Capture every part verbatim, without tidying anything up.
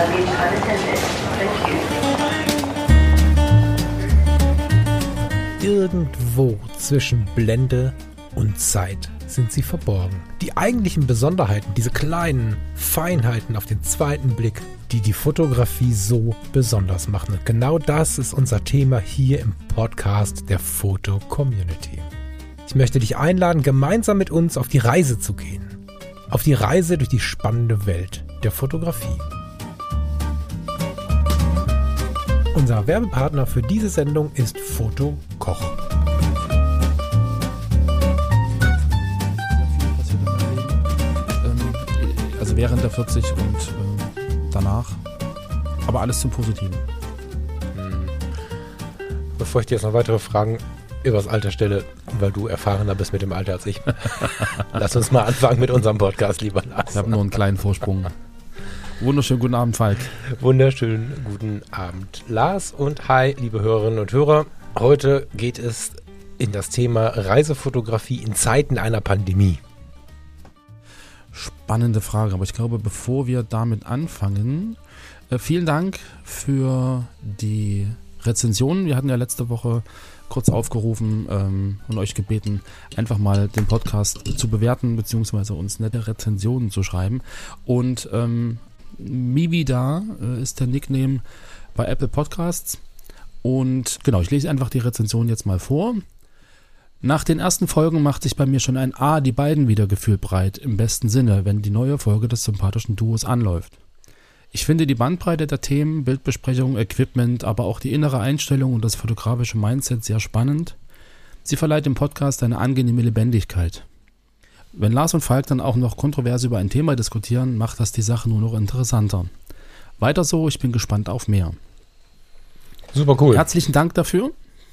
luggage unattended. Thank you. Irgendwo zwischen Blende und Zeit sind sie verborgen. Die eigentlichen Besonderheiten, diese kleinen Feinheiten auf den zweiten Blick, die die Fotografie so besonders machen. Und genau das ist unser Thema hier im Podcast der Foto-Community. Ich möchte dich einladen, gemeinsam mit uns auf die Reise zu gehen. Auf die Reise durch die spannende Welt der Fotografie. Unser Werbepartner für diese Sendung ist Foto Koch. Also während der vierzig und äh, danach, aber alles zum Positiven. Bevor ich dir jetzt noch weitere Fragen über das Alter stelle, weil du erfahrener bist mit dem Alter als ich, lass uns mal anfangen mit unserem Podcast, lieber Lars. Ich habe nur einen kleinen Vorsprung. Wunderschönen guten Abend, Falk. Wunderschönen guten Abend, Lars, und hi, liebe Hörerinnen und Hörer. Heute geht es in das Thema Reisefotografie in Zeiten einer Pandemie. Spannende Frage, aber ich glaube, bevor wir damit anfangen, äh, vielen Dank für die Rezensionen. Wir hatten ja letzte Woche kurz aufgerufen ähm, und euch gebeten, einfach mal den Podcast zu bewerten, beziehungsweise uns nette Rezensionen zu schreiben. Und ähm, Mivida äh, ist der Nickname bei Apple Podcasts. Und genau, ich lese einfach die Rezension jetzt mal vor. Nach den ersten Folgen macht sich bei mir schon ein A, die beiden Wiedergefühl breit, im besten Sinne, wenn die neue Folge des sympathischen Duos anläuft. Ich finde die Bandbreite der Themen, Bildbesprechung, Equipment, aber auch die innere Einstellung und das fotografische Mindset sehr spannend. Sie verleiht dem Podcast eine angenehme Lebendigkeit. Wenn Lars und Falk dann auch noch kontrovers über ein Thema diskutieren, macht das die Sache nur noch interessanter. Weiter so, ich bin gespannt auf mehr. Super cool. Herzlichen Dank dafür.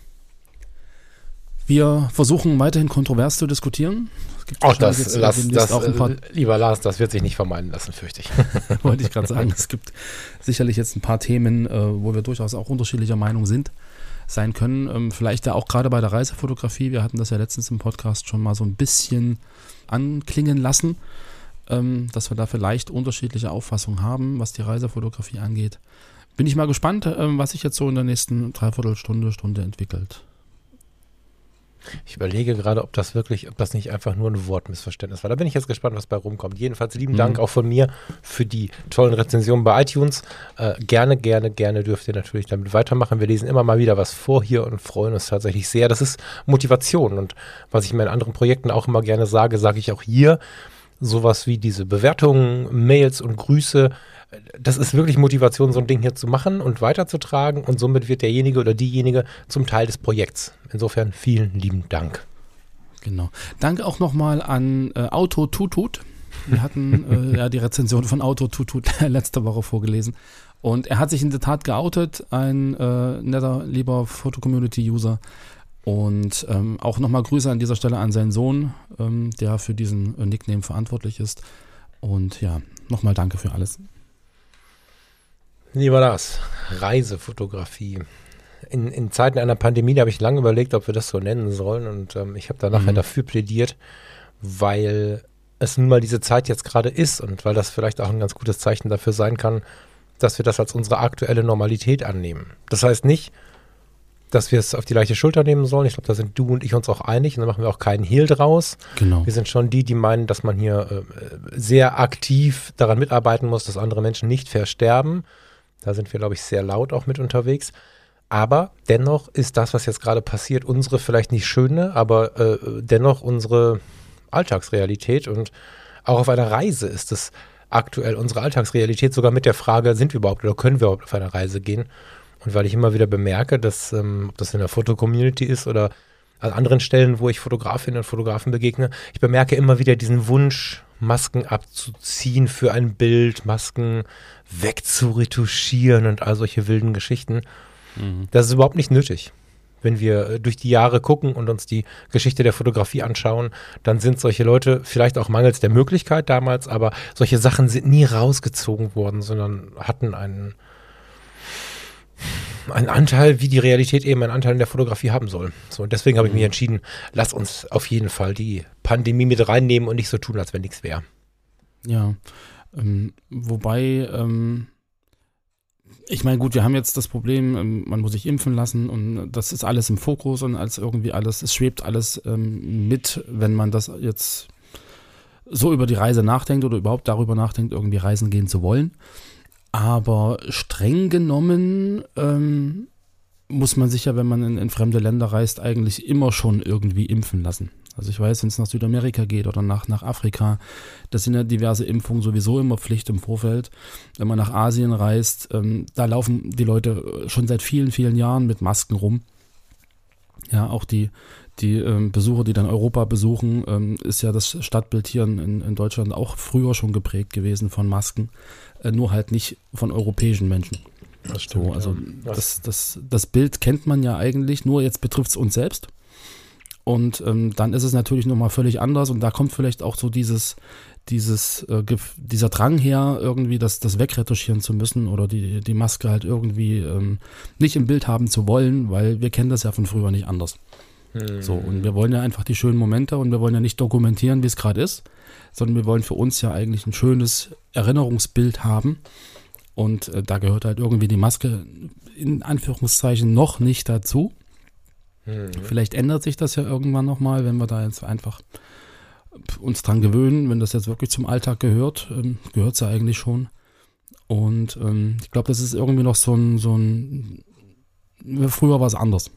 Wir versuchen weiterhin kontrovers zu diskutieren. Es gibt auch das, jetzt, Lass, das auch ein paar, lieber Lars, das wird sich nicht vermeiden lassen, fürchte ich. Wollte ich gerade sagen, es gibt sicherlich jetzt ein paar Themen, wo wir durchaus auch unterschiedlicher Meinung sind, sein können. Vielleicht ja auch gerade bei der Reisefotografie, wir hatten das ja letztens im Podcast schon mal so ein bisschen anklingen lassen, dass wir da vielleicht unterschiedliche Auffassungen haben, was die Reisefotografie angeht. Bin ich mal gespannt, was sich jetzt so in der nächsten Dreiviertelstunde, Stunde entwickelt. Ich überlege gerade, ob das wirklich, ob das nicht einfach nur ein Wortmissverständnis war. Da bin ich jetzt gespannt, was bei rumkommt. Jedenfalls lieben mhm. Dank auch von mir für die tollen Rezensionen bei iTunes. Äh, gerne, gerne, gerne dürft ihr natürlich damit weitermachen. Wir lesen immer mal wieder was vor hier und freuen uns tatsächlich sehr. Das ist Motivation, und was ich in meinen anderen Projekten auch immer gerne sage, sage ich auch hier. Sowas wie diese Bewertungen, Mails und Grüße, das ist wirklich Motivation, so ein Ding hier zu machen und weiterzutragen, und somit wird derjenige oder diejenige zum Teil des Projekts. Insofern vielen lieben Dank. Genau. Danke auch nochmal an äh, Auto Tutut. Wir hatten äh, ja die Rezension von Auto Tutut letzte Woche vorgelesen, und er hat sich in der Tat geoutet, ein äh, netter, lieber Foto-Community-User. Und ähm, auch nochmal Grüße an dieser Stelle an seinen Sohn, ähm, der für diesen äh, Nickname verantwortlich ist. Und ja, nochmal danke für alles. Lieber Lars, Reisefotografie. In, in Zeiten einer Pandemie, da habe ich lange überlegt, ob wir das so nennen sollen, und ähm, ich habe da nachher mhm. dafür plädiert, weil es nun mal diese Zeit jetzt gerade ist und weil das vielleicht auch ein ganz gutes Zeichen dafür sein kann, dass wir das als unsere aktuelle Normalität annehmen. Das heißt nicht, dass wir es auf die leichte Schulter nehmen sollen. Ich glaube, da sind du und ich uns auch einig, und da machen wir auch keinen Hehl draus. Genau. Wir sind schon die, die meinen, dass man hier äh, sehr aktiv daran mitarbeiten muss, dass andere Menschen nicht versterben. Da sind wir, glaube ich, sehr laut auch mit unterwegs. Aber dennoch ist das, was jetzt gerade passiert, unsere vielleicht nicht schöne, aber äh, dennoch unsere Alltagsrealität. Und auch auf einer Reise ist es aktuell unsere Alltagsrealität, sogar mit der Frage, sind wir überhaupt oder können wir überhaupt auf eine Reise gehen? Und weil ich immer wieder bemerke, dass, ähm, ob das in der Foto-Community ist oder an anderen Stellen, wo ich Fotografinnen und Fotografen begegne, ich bemerke immer wieder diesen Wunsch, Masken abzuziehen für ein Bild, Masken wegzuretuschieren und all solche wilden Geschichten. Mhm. Das ist überhaupt nicht nötig. Wenn wir durch die Jahre gucken und uns die Geschichte der Fotografie anschauen, dann sind solche Leute, vielleicht auch mangels der Möglichkeit damals, aber solche Sachen sind nie rausgezogen worden, sondern hatten einen ein Anteil, wie die Realität eben einen Anteil in der Fotografie haben soll. So, und deswegen habe ich mich entschieden, lass uns auf jeden Fall die Pandemie mit reinnehmen und nicht so tun, als wenn nichts wäre. Ja, ähm, wobei ähm, Ich meine, gut, wir haben jetzt das Problem, ähm, man muss sich impfen lassen und das ist alles im Fokus und als irgendwie alles, es schwebt alles ähm, mit, wenn man das jetzt so über die Reise nachdenkt oder überhaupt darüber nachdenkt, irgendwie reisen gehen zu wollen. Aber streng genommen ähm, muss man sich ja, wenn man in, in fremde Länder reist, eigentlich immer schon irgendwie impfen lassen. Also ich weiß, wenn es nach Südamerika geht oder nach, nach Afrika, das sind ja diverse Impfungen sowieso immer Pflicht im Vorfeld. Wenn man nach Asien reist, ähm, da laufen die Leute schon seit vielen, vielen Jahren mit Masken rum. Ja, auch die, die ähm, Besucher, die dann Europa besuchen, ähm, ist ja das Stadtbild hier in, in Deutschland auch früher schon geprägt gewesen von Masken, äh, nur halt nicht von europäischen Menschen. Das stimmt, so, also ja. das, das, das Bild kennt man ja eigentlich, nur jetzt betrifft es uns selbst. Und ähm, dann ist es natürlich nochmal völlig anders und da kommt vielleicht auch so dieses, dieses, äh, dieser Drang her, irgendwie das, das wegretuschieren zu müssen oder die, die Maske halt irgendwie ähm, nicht im Bild haben zu wollen, weil wir kennen das ja von früher nicht anders. Hm. So, und wir wollen ja einfach die schönen Momente und wir wollen ja nicht dokumentieren, wie es gerade ist, sondern wir wollen für uns ja eigentlich ein schönes Erinnerungsbild haben. Und äh, da gehört halt irgendwie die Maske in Anführungszeichen noch nicht dazu. Mhm. Vielleicht ändert sich das ja irgendwann nochmal, wenn wir da jetzt einfach uns dran gewöhnen, wenn das jetzt wirklich zum Alltag gehört, ähm, gehört es ja eigentlich schon. Und ähm, ich glaube, das ist irgendwie noch so ein, so ein, früher war es anders.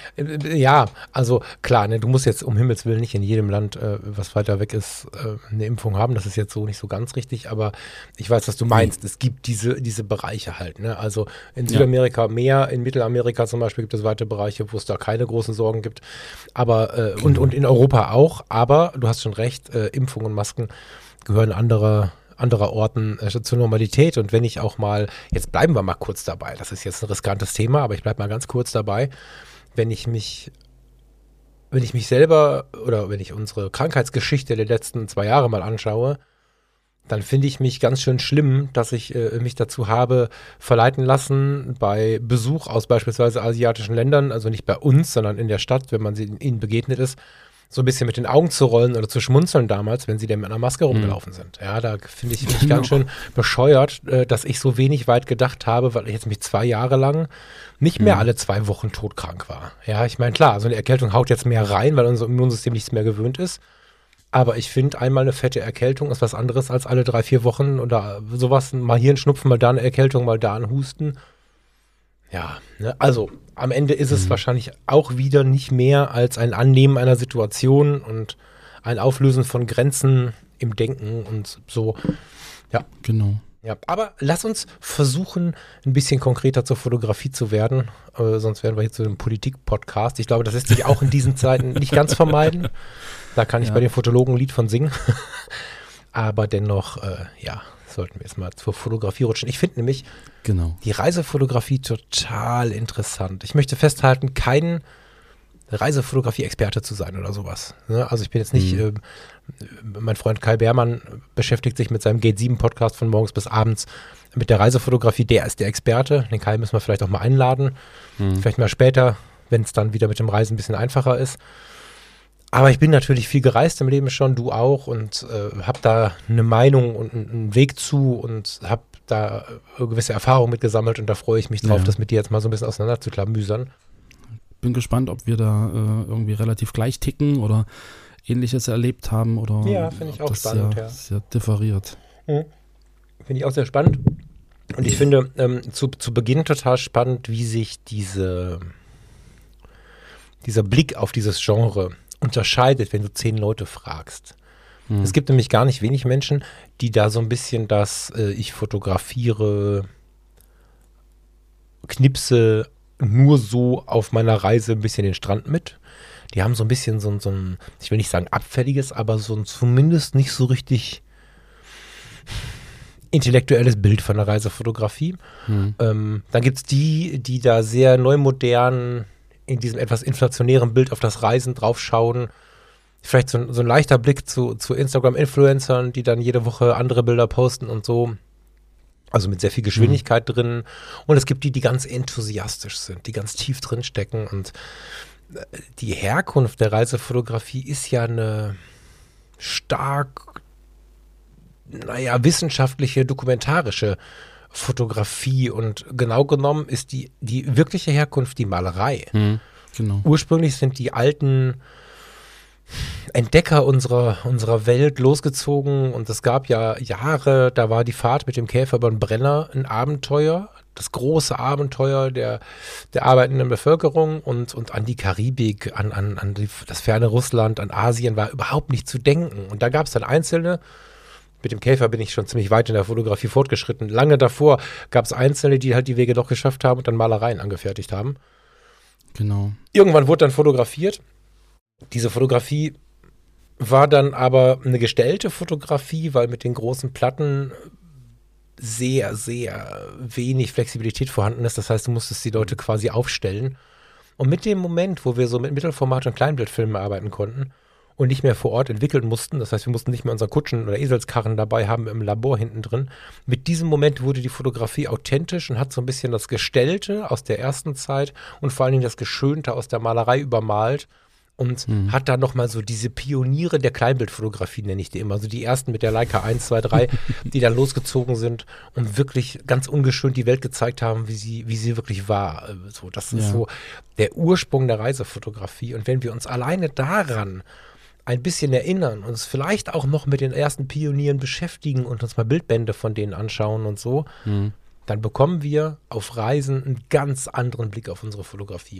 Ja, also klar, ne, du musst jetzt um Himmels Willen nicht in jedem Land, äh, was weiter weg ist, äh, eine Impfung haben. Das ist jetzt so nicht so ganz richtig, aber ich weiß, was du meinst. Es gibt diese, diese Bereiche halt. Ne? Also in Südamerika ja. mehr, in Mittelamerika zum Beispiel gibt es weite Bereiche, wo es da keine großen Sorgen gibt. Aber äh, genau. und, und in Europa auch. Aber du hast schon recht, äh, Impfungen und Masken gehören anderer anderer Orten äh, zur Normalität. Und wenn ich auch mal, jetzt bleiben wir mal kurz dabei. Das ist jetzt ein riskantes Thema, aber ich bleibe mal ganz kurz dabei. Wenn ich mich, wenn ich mich selber oder wenn ich unsere Krankheitsgeschichte der letzten zwei Jahre mal anschaue, dann finde ich mich ganz schön schlimm, dass ich äh, mich dazu habe verleiten lassen, bei Besuch aus beispielsweise asiatischen Ländern, also nicht bei uns, sondern in der Stadt, wenn man sie, ihnen begegnet ist, so ein bisschen mit den Augen zu rollen oder zu schmunzeln damals, wenn sie denn mit einer Maske rumgelaufen sind. Ja, da finde ich mich genau. ganz schön bescheuert, äh, dass ich so wenig weit gedacht habe, weil ich jetzt mich zwei Jahre lang nicht mehr mhm. alle zwei Wochen todkrank war. Ja, ich meine, klar, so eine Erkältung haut jetzt mehr rein, weil unser Immunsystem nichts mehr gewöhnt ist. Aber ich finde, einmal eine fette Erkältung ist was anderes als alle drei, vier Wochen oder sowas. Mal hier ein Schnupfen, mal da eine Erkältung, mal da ein Husten. Ja, ne, also am Ende ist es mhm. wahrscheinlich auch wieder nicht mehr als ein Annehmen einer Situation und ein Auflösen von Grenzen im Denken und so. Ja, genau. Ja, aber lass uns versuchen, ein bisschen konkreter zur Fotografie zu werden, äh, sonst werden wir hier zu einem Politik-Podcast. Ich glaube, das lässt sich auch in diesen Zeiten nicht ganz vermeiden. Da kann ich ja. bei den Fotologen ein Lied von singen. Aber dennoch, äh, ja, sollten wir jetzt mal zur Fotografie rutschen. Ich finde nämlich genau. die Reisefotografie total interessant. Ich möchte festhalten, kein Reisefotografie-Experte zu sein oder sowas. Also ich bin jetzt nicht, mhm. äh, mein Freund Kai Beermann beschäftigt sich mit seinem Gate sieben Podcast von morgens bis abends mit der Reisefotografie. Der ist der Experte. Den Kai müssen wir vielleicht auch mal einladen. Mhm. Vielleicht mal später, wenn es dann wieder mit dem Reisen ein bisschen einfacher ist. Aber ich bin natürlich viel gereist im Leben schon, du auch, und äh, habe da eine Meinung und einen Weg zu und habe da äh, gewisse Erfahrungen mitgesammelt und da freue ich mich drauf, ja. das mit dir jetzt mal so ein bisschen auseinanderzuklamüsern. Bin gespannt, ob wir da äh, irgendwie relativ gleich ticken oder Ähnliches erlebt haben oder ja, finde ich auch das spannend, sehr, ja. sehr differiert. Mhm. Finde ich auch sehr spannend. Und ich finde ähm, zu, zu Beginn total spannend, wie sich diese, dieser Blick auf dieses Genre unterscheidet, wenn du zehn Leute fragst. Hm. Es gibt nämlich gar nicht wenig Menschen, die da so ein bisschen das, äh, ich fotografiere, knipse nur so auf meiner Reise ein bisschen den Strand mit. Die haben so ein bisschen so, so ein, ich will nicht sagen abfälliges, aber so ein zumindest nicht so richtig intellektuelles Bild von der Reisefotografie. Hm. Ähm, dann gibt es die, die da sehr neumodern in diesem etwas inflationären Bild auf das Reisen draufschauen. Vielleicht so, so ein leichter Blick zu, zu Instagram-Influencern, die dann jede Woche andere Bilder posten und so. Also mit sehr viel Geschwindigkeit mhm. drin. Und es gibt die, die ganz enthusiastisch sind, die ganz tief drin stecken. Und die Herkunft der Reisefotografie ist ja eine stark, naja, wissenschaftliche, dokumentarische Fotografie und genau genommen ist die, die wirkliche Herkunft die Malerei. Mhm, genau. Ursprünglich sind die alten Entdecker unserer, unserer Welt losgezogen und es gab ja Jahre, da war die Fahrt mit dem Käfer über den Brenner ein Abenteuer, das große Abenteuer der, der arbeitenden Bevölkerung und, und an die Karibik, an, an, an die, das ferne Russland, an Asien war überhaupt nicht zu denken. Und da gab es dann Einzelne, mit dem Käfer bin ich schon ziemlich weit in der Fotografie fortgeschritten. Lange davor gab es Einzelne, die halt die Wege doch geschafft haben und dann Malereien angefertigt haben. Genau. Irgendwann wurde dann fotografiert. Diese Fotografie war dann aber eine gestellte Fotografie, weil mit den großen Platten sehr, sehr wenig Flexibilität vorhanden ist. Das heißt, du musstest die Leute quasi aufstellen. Und mit dem Moment, wo wir so mit Mittelformat- und Kleinbildfilmen arbeiten konnten und nicht mehr vor Ort entwickeln mussten, das heißt, wir mussten nicht mehr unsere Kutschen oder Eselskarren dabei haben im Labor hinten drin, mit diesem Moment wurde die Fotografie authentisch und hat so ein bisschen das Gestellte aus der ersten Zeit und vor allen Dingen das Geschönte aus der Malerei übermalt. Und mhm. hat da nochmal so diese Pioniere der Kleinbildfotografie, nenne ich die immer, also die ersten mit der Leica eins, zwei, drei, die dann losgezogen sind und wirklich ganz ungeschönt die Welt gezeigt haben, wie sie, wie sie wirklich war. So, das ist ja so der Ursprung der Reisefotografie. Und wenn wir uns alleine daran ein bisschen erinnern, uns vielleicht auch noch mit den ersten Pionieren beschäftigen und uns mal Bildbände von denen anschauen und so, mhm. dann bekommen wir auf Reisen einen ganz anderen Blick auf unsere Fotografie.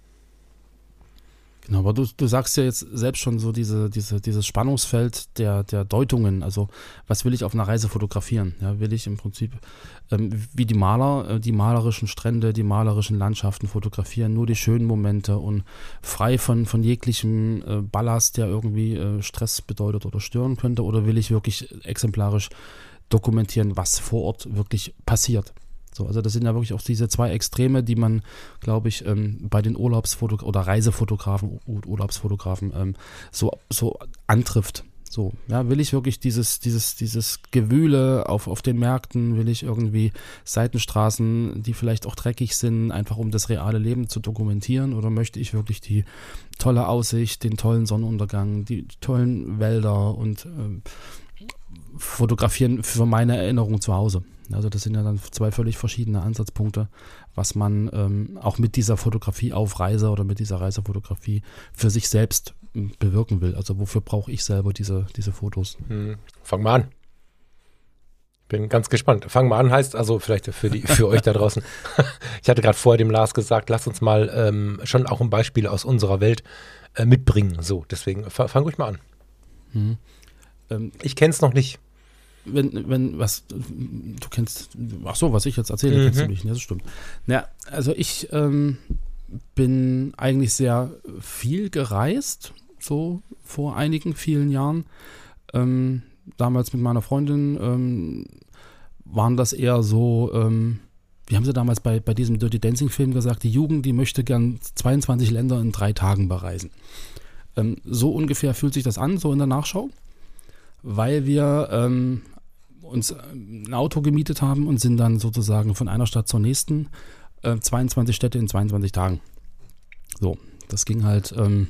Genau, aber du, du sagst ja jetzt selbst schon so diese, diese, dieses Spannungsfeld der, der Deutungen, also was will ich auf einer Reise fotografieren? Ja, will ich im Prinzip ähm, wie die Maler, äh, die malerischen Strände, die malerischen Landschaften fotografieren, nur die schönen Momente und frei von, von jeglichem äh, Ballast, der irgendwie äh, Stress bedeutet oder stören könnte, oder will ich wirklich exemplarisch dokumentieren, was vor Ort wirklich passiert? So, also das sind ja wirklich auch diese zwei Extreme, die man, glaube ich, ähm, bei den Urlaubsfotografen oder Reisefotografen, Ur- Urlaubsfotografen ähm, so, so antrifft. So, ja, will ich wirklich dieses, dieses, dieses Gewühle auf, auf den Märkten, will ich irgendwie Seitenstraßen, die vielleicht auch dreckig sind, einfach um das reale Leben zu dokumentieren, oder möchte ich wirklich die tolle Aussicht, den tollen Sonnenuntergang, die tollen Wälder und ähm, fotografieren für meine Erinnerung zu Hause? Also das sind ja dann zwei völlig verschiedene Ansatzpunkte, was man ähm, auch mit dieser Fotografie auf Reise oder mit dieser Reisefotografie für sich selbst m, bewirken will. Also wofür brauche ich selber diese, diese Fotos? Hm. Fang mal an. Bin ganz gespannt. Fang mal an heißt also vielleicht für, die, für euch da draußen. Ich hatte gerade vorher dem Lars gesagt, lasst uns mal ähm, schon auch ein Beispiel aus unserer Welt äh, mitbringen. So, deswegen fang ruhig mal an. Hm. Ähm, ich kenne es noch nicht. Wenn, wenn, was, du kennst, ach so, was ich jetzt erzähle, mhm. kennst du mich, ja, das stimmt. Ja, also ich ähm, bin eigentlich sehr viel gereist, so vor einigen vielen Jahren. Ähm, damals mit meiner Freundin ähm, waren das eher so, ähm, wie haben sie damals bei, bei diesem Dirty Dancing Film gesagt, die Jugend, die möchte gern zweiundzwanzig Länder in drei Tagen bereisen. Ähm, so ungefähr fühlt sich das an, so in der Nachschau. Weil wir ähm, uns ein Auto gemietet haben und sind dann sozusagen von einer Stadt zur nächsten, äh, zweiundzwanzig Städte in zweiundzwanzig Tagen. So, das ging halt ähm,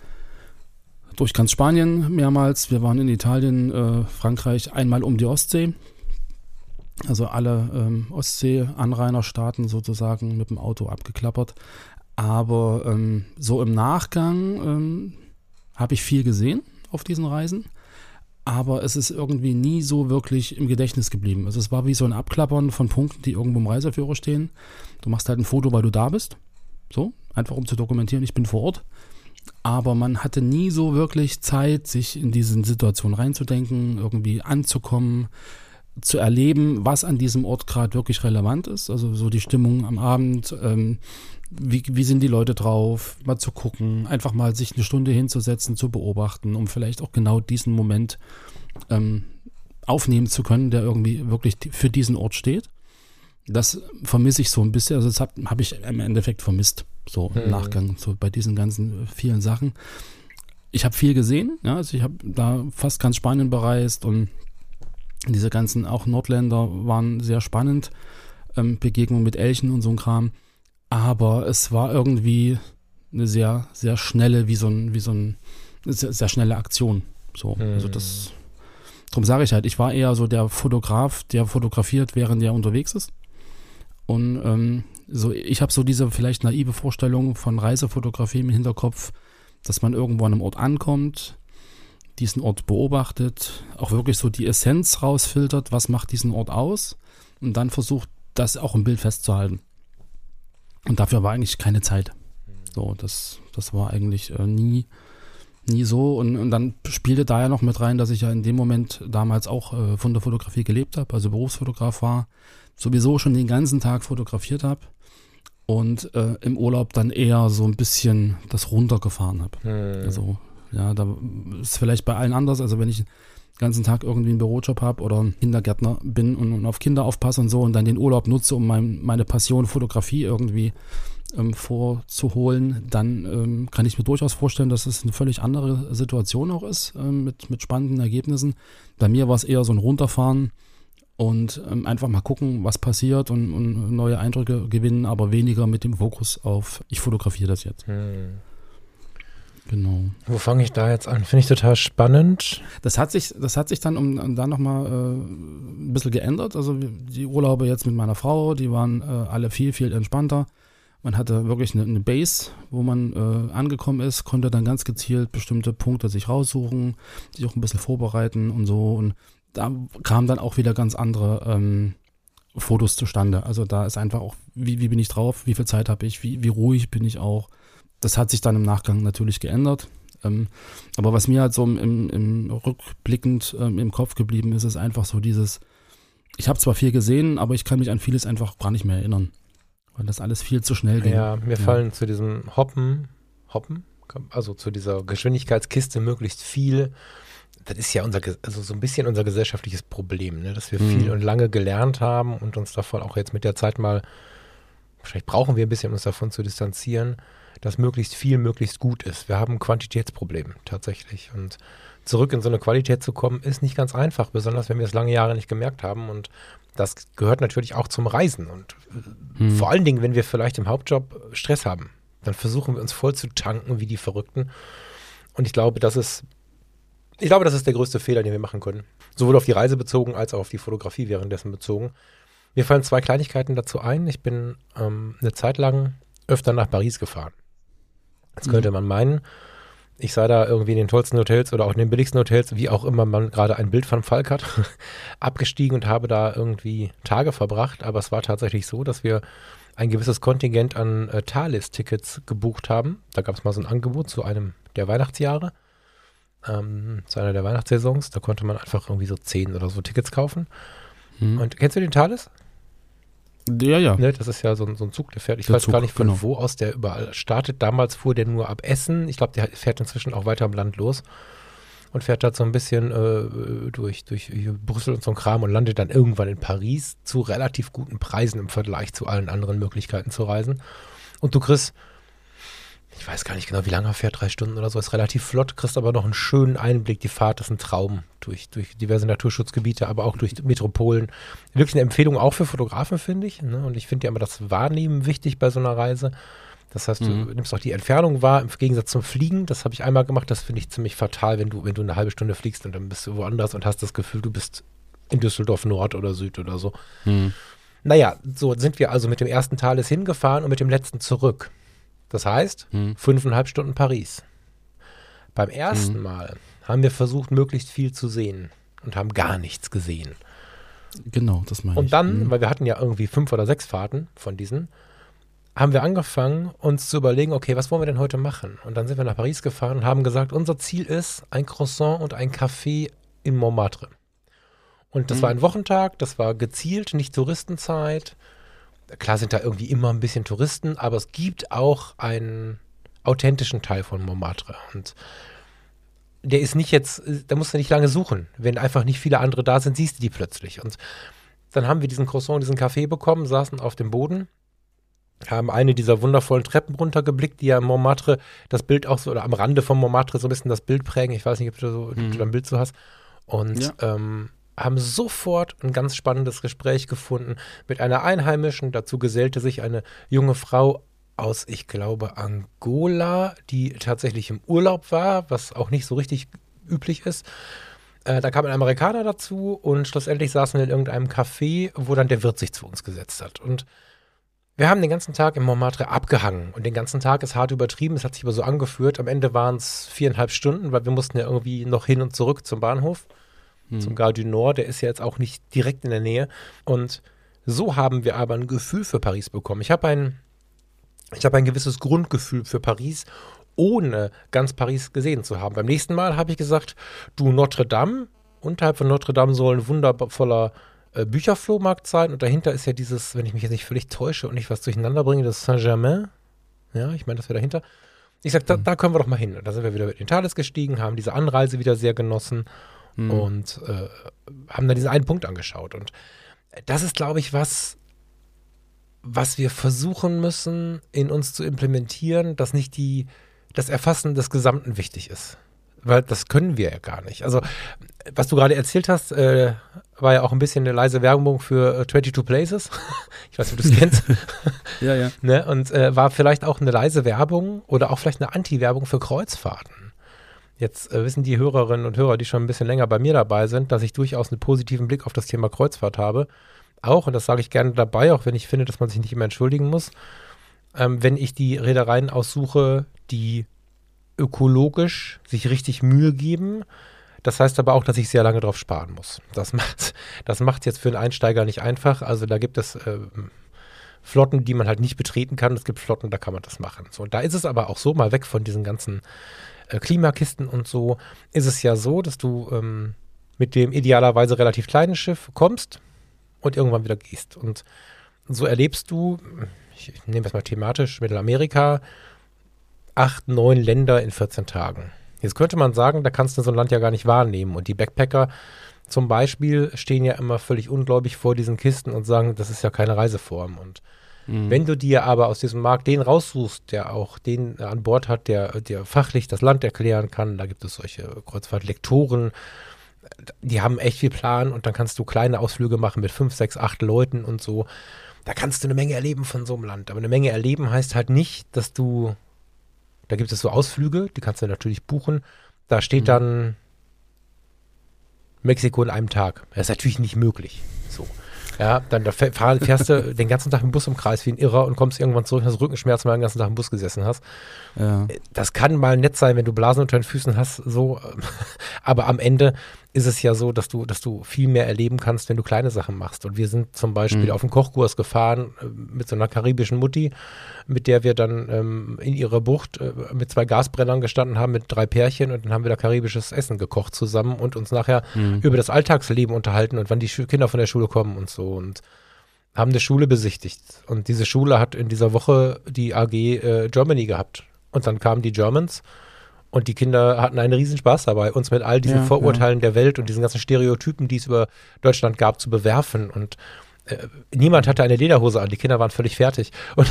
durch ganz Spanien mehrmals. Wir waren in Italien, äh, Frankreich, einmal um die Ostsee. Also alle ähm, Ostsee-Anrainerstaaten sozusagen mit dem Auto abgeklappert. Aber ähm, so im Nachgang ähm, habe ich viel gesehen auf diesen Reisen. Aber es ist irgendwie nie so wirklich im Gedächtnis geblieben. Also es war wie so ein Abklappern von Punkten, die irgendwo im Reiseführer stehen. Du machst halt ein Foto, weil du da bist. So, einfach um zu dokumentieren, ich bin vor Ort. Aber man hatte nie so wirklich Zeit, sich in diese Situation reinzudenken, irgendwie anzukommen, zu erleben, was an diesem Ort gerade wirklich relevant ist. Also so die Stimmung am Abend, ähm, wie, wie sind die Leute drauf, mal zu gucken, einfach mal sich eine Stunde hinzusetzen, zu beobachten, um vielleicht auch genau diesen Moment ähm, aufnehmen zu können, der irgendwie wirklich für diesen Ort steht. Das vermisse ich so ein bisschen, also das habe hab ich im Endeffekt vermisst, so im mhm. Nachgang, so bei diesen ganzen vielen Sachen. Ich habe viel gesehen, ja, also ich habe da fast ganz Spanien bereist und diese ganzen, auch Nordländer waren sehr spannend, ähm, Begegnungen mit Elchen und so ein Kram. Aber es war irgendwie eine sehr, sehr schnelle, wie so ein, wie so ein, sehr, sehr schnelle Aktion. So, hm. also das, Drum sage ich halt, ich war eher so der Fotograf, der fotografiert, während er unterwegs ist. Und ähm, so, ich habe so diese vielleicht naive Vorstellung von Reisefotografie im Hinterkopf, dass man irgendwo an einem Ort ankommt, diesen Ort beobachtet, auch wirklich so die Essenz rausfiltert, was macht diesen Ort aus und dann versucht, das auch im Bild festzuhalten. Und dafür war eigentlich keine Zeit. So, das, das war eigentlich äh, nie, nie so. Und, und dann spielte da ja noch mit rein, dass ich ja in dem Moment damals auch äh, von der Fotografie gelebt habe, also Berufsfotograf war, sowieso schon den ganzen Tag fotografiert habe und äh, im Urlaub dann eher so ein bisschen das runtergefahren habe. Hm. Also, ja, da ist vielleicht bei allen anders. Also wenn ich den ganzen Tag irgendwie einen Bürojob habe oder Kindergärtner bin und, und auf Kinder aufpasse und so und dann den Urlaub nutze, um mein, meine Passion Fotografie irgendwie ähm, vorzuholen, dann ähm, kann ich mir durchaus vorstellen, dass es eine völlig andere Situation auch ist, ähm, mit, mit spannenden Ergebnissen. Bei mir war es eher so ein Runterfahren und ähm, einfach mal gucken, was passiert und, und neue Eindrücke gewinnen, aber weniger mit dem Fokus auf, ich fotografiere das jetzt. Hm. Genau. Wo fange ich da jetzt an? Finde ich total spannend. Das hat sich, das hat sich dann um, um da nochmal äh, ein bisschen geändert. Also die Urlaube jetzt mit meiner Frau, die waren äh, alle viel, viel entspannter. Man hatte wirklich eine, eine Base, wo man äh, angekommen ist, konnte dann ganz gezielt bestimmte Punkte sich raussuchen, sich auch ein bisschen vorbereiten und so. Und da kamen dann auch wieder ganz andere ähm, Fotos zustande. Also da ist einfach auch, wie, wie bin ich drauf, wie viel Zeit habe ich, wie, wie ruhig bin ich auch. Das hat sich dann im Nachgang natürlich geändert. Ähm, aber was mir halt so im, im rückblickend ähm, im Kopf geblieben ist, ist einfach so dieses, ich habe zwar viel gesehen, aber ich kann mich an vieles einfach gar nicht mehr erinnern. Weil das alles viel zu schnell ging. Ja, mir ja. fallen zu diesem Hoppen, Hoppen, also zu dieser Geschwindigkeitskiste möglichst viel. Das ist ja unser, also so ein bisschen unser gesellschaftliches Problem, ne? Dass wir mhm. viel und lange gelernt haben und uns davon auch jetzt mit der Zeit mal, vielleicht brauchen wir ein bisschen, uns davon zu distanzieren, dass möglichst viel, möglichst gut ist. Wir haben ein Quantitätsproblem tatsächlich. Und zurück in so eine Qualität zu kommen, ist nicht ganz einfach, besonders wenn wir es lange Jahre nicht gemerkt haben. Und das gehört natürlich auch zum Reisen. Und hm. vor allen Dingen, wenn wir vielleicht im Hauptjob Stress haben, dann versuchen wir uns voll zu tanken wie die Verrückten. Und ich glaube, das ist, ich glaube, das ist der größte Fehler, den wir machen können. Sowohl auf die Reise bezogen, als auch auf die Fotografie währenddessen bezogen. Mir fallen zwei Kleinigkeiten dazu ein. Ich bin ähm, eine Zeit lang öfter nach Paris gefahren. Jetzt könnte man meinen, ich sei da irgendwie in den tollsten Hotels oder auch in den billigsten Hotels, wie auch immer man gerade ein Bild von Falk hat, abgestiegen und habe da irgendwie Tage verbracht. Aber es war tatsächlich so, dass wir ein gewisses Kontingent an äh, Thalys-Tickets gebucht haben. Da gab es mal so ein Angebot zu einem der Weihnachtsjahre, ähm, zu einer der Weihnachtssaisons. Da konnte man einfach irgendwie so zehn oder so Tickets kaufen. Mhm. Und kennst du den Thalys? Ja, ja. Ne, das ist ja so ein, so ein Zug, der fährt, ich der weiß Zug, gar nicht von genau. wo aus der überall startet. Damals fuhr der nur ab Essen. Ich glaube, der fährt inzwischen auch weiter am Land los und fährt da so ein bisschen äh, durch, durch Brüssel und so ein Kram und landet dann irgendwann in Paris zu relativ guten Preisen im Vergleich zu allen anderen Möglichkeiten zu reisen. Und du kriegst, ich weiß gar nicht genau, wie lange er fährt, drei Stunden oder so, ist relativ flott, kriegst aber noch einen schönen Einblick. Die Fahrt ist ein Traum durch, durch diverse Naturschutzgebiete, aber auch durch Metropolen. Wirklich eine Empfehlung auch für Fotografen, finde ich. Ne? Und ich finde ja immer das Wahrnehmen wichtig bei so einer Reise. Das heißt, mhm. du nimmst auch die Entfernung wahr, im Gegensatz zum Fliegen. Das habe ich einmal gemacht, das finde ich ziemlich fatal, wenn du, wenn du eine halbe Stunde fliegst und dann bist du woanders und hast das Gefühl, du bist in Düsseldorf Nord oder Süd oder so. Mhm. Naja, so sind wir also mit dem ersten Thalys hingefahren und mit dem letzten zurück. Das heißt, hm. fünfeinhalb Stunden Paris. Beim ersten hm. Mal haben wir versucht, möglichst viel zu sehen und haben gar nichts gesehen. Genau, das meine ich. Und dann, hm. weil wir hatten ja irgendwie fünf oder sechs Fahrten von diesen, haben wir angefangen, uns zu überlegen, okay, was wollen wir denn heute machen? Und dann sind wir nach Paris gefahren und haben gesagt, unser Ziel ist ein Croissant und ein Café in Montmartre. Und das hm. war ein Wochentag, das war gezielt, nicht Touristenzeit. Klar sind da irgendwie immer ein bisschen Touristen, aber es gibt auch einen authentischen Teil von Montmartre. Und der ist nicht jetzt, da musst du nicht lange suchen. Wenn einfach nicht viele andere da sind, siehst du die plötzlich. Und dann haben wir diesen Croissant, diesen Kaffee bekommen, saßen auf dem Boden, haben eine dieser wundervollen Treppen runtergeblickt, die ja in Montmartre das Bild auch so, oder am Rande von Montmartre so ein bisschen das Bild prägen. Ich weiß nicht, ob du, so, mhm. ob du da ein Bild so hast. Und ja. ähm, haben sofort ein ganz spannendes Gespräch gefunden mit einer Einheimischen. Dazu gesellte sich eine junge Frau aus, ich glaube, Angola, die tatsächlich im Urlaub war, was auch nicht so richtig üblich ist. Äh, da kam ein Amerikaner dazu und schlussendlich saßen wir in irgendeinem Café, wo dann der Wirt sich zu uns gesetzt hat. Und wir haben den ganzen Tag im Montmartre abgehangen und den ganzen Tag ist hart übertrieben, es hat sich aber so angeführt. Am Ende waren es viereinhalb Stunden, weil wir mussten ja irgendwie noch hin und zurück zum Bahnhof, hm. zum Gare du Nord, der ist ja jetzt auch nicht direkt in der Nähe. Und so haben wir aber ein Gefühl für Paris bekommen. Ich habe ein, ich habe ein gewisses Grundgefühl für Paris, ohne ganz Paris gesehen zu haben. Beim nächsten Mal habe ich gesagt, du, Notre Dame, unterhalb von Notre Dame soll ein wundervoller Bücherflohmarkt sein und dahinter ist ja dieses, wenn ich mich jetzt nicht völlig täusche und nicht was durcheinander bringe, das Saint-Germain. Ja, ich meine, das wäre dahinter. Ich sag, da, da können wir doch mal hin. Und da sind wir wieder mit den Thales gestiegen, haben diese Anreise wieder sehr genossen mhm. und äh, haben dann diesen einen Punkt angeschaut. Und das ist, glaube ich, was, was wir versuchen müssen, in uns zu implementieren, dass nicht die, das Erfassen des Gesamten wichtig ist. Weil das können wir ja gar nicht. Also, was du gerade erzählt hast, äh, war ja auch ein bisschen eine leise Werbung für äh, zweiundzwanzig Places. Ich weiß nicht, ob du es kennst. Ja, ja. Ne? Und äh, war vielleicht auch eine leise Werbung oder auch vielleicht eine Anti-Werbung für Kreuzfahrten. Jetzt äh, wissen die Hörerinnen und Hörer, die schon ein bisschen länger bei mir dabei sind, dass ich durchaus einen positiven Blick auf das Thema Kreuzfahrt habe. Auch, und das sage ich gerne dabei, auch wenn ich finde, dass man sich nicht immer entschuldigen muss, ähm, wenn ich die Reedereien aussuche, die ökologisch sich richtig Mühe geben. Das heißt aber auch, dass ich sehr lange drauf sparen muss. Das macht das macht jetzt für einen Einsteiger nicht einfach. Also da gibt es äh, Flotten, die man halt nicht betreten kann. Es gibt Flotten, da kann man das machen. So, und da ist es aber auch so, mal weg von diesen ganzen äh, Klimakisten und so, ist es ja so, dass du ähm, mit dem idealerweise relativ kleinen Schiff kommst und irgendwann wieder gehst. Und so erlebst du, ich, ich nehme das mal thematisch, Mittelamerika, acht, neun Länder in vierzehn Tagen. Jetzt könnte man sagen, da kannst du so ein Land ja gar nicht wahrnehmen. Und die Backpacker zum Beispiel stehen ja immer völlig ungläubig vor diesen Kisten und sagen, das ist ja keine Reiseform. Und mhm. wenn du dir aber aus diesem Markt den raussuchst, der auch den an Bord hat, der dir fachlich das Land erklären kann, da gibt es solche Kreuzfahrtlektoren, die haben echt viel Plan und dann kannst du kleine Ausflüge machen mit fünf, sechs, acht Leuten und so. Da kannst du eine Menge erleben von so einem Land. Aber eine Menge erleben heißt halt nicht, dass du Da gibt es so Ausflüge, die kannst du natürlich buchen. Da steht mhm. dann Mexiko in einem Tag. Das ist natürlich nicht möglich. So. Ja, dann da fahr, fährst du den ganzen Tag im Bus im Kreis wie ein Irrer und kommst irgendwann zurück und hast Rückenschmerzen, weil du den ganzen Tag im Bus gesessen hast. Ja. Das kann mal nett sein, wenn du Blasen unter den Füßen hast, so. Aber am Ende ist es ja so, dass du, dass du viel mehr erleben kannst, wenn du kleine Sachen machst. Und wir sind zum Beispiel mhm. auf einen Kochkurs gefahren äh, mit so einer karibischen Mutti, mit der wir dann ähm, in ihrer Bucht äh, mit zwei Gasbrennern gestanden haben, mit drei Pärchen, und dann haben wir da karibisches Essen gekocht zusammen und uns nachher mhm. über das Alltagsleben unterhalten und wann die Schu- Kinder von der Schule kommen und so, und haben eine Schule besichtigt. Und diese Schule hat in dieser Woche die A G äh, Germany gehabt. Und dann kamen die Germans und die Kinder hatten einen riesen Spaß dabei, uns mit all diesen ja, Vorurteilen ja. der Welt und diesen ganzen Stereotypen, die es über Deutschland gab, zu bewerfen. Und äh, niemand hatte eine Lederhose an, die Kinder waren völlig fertig. Und,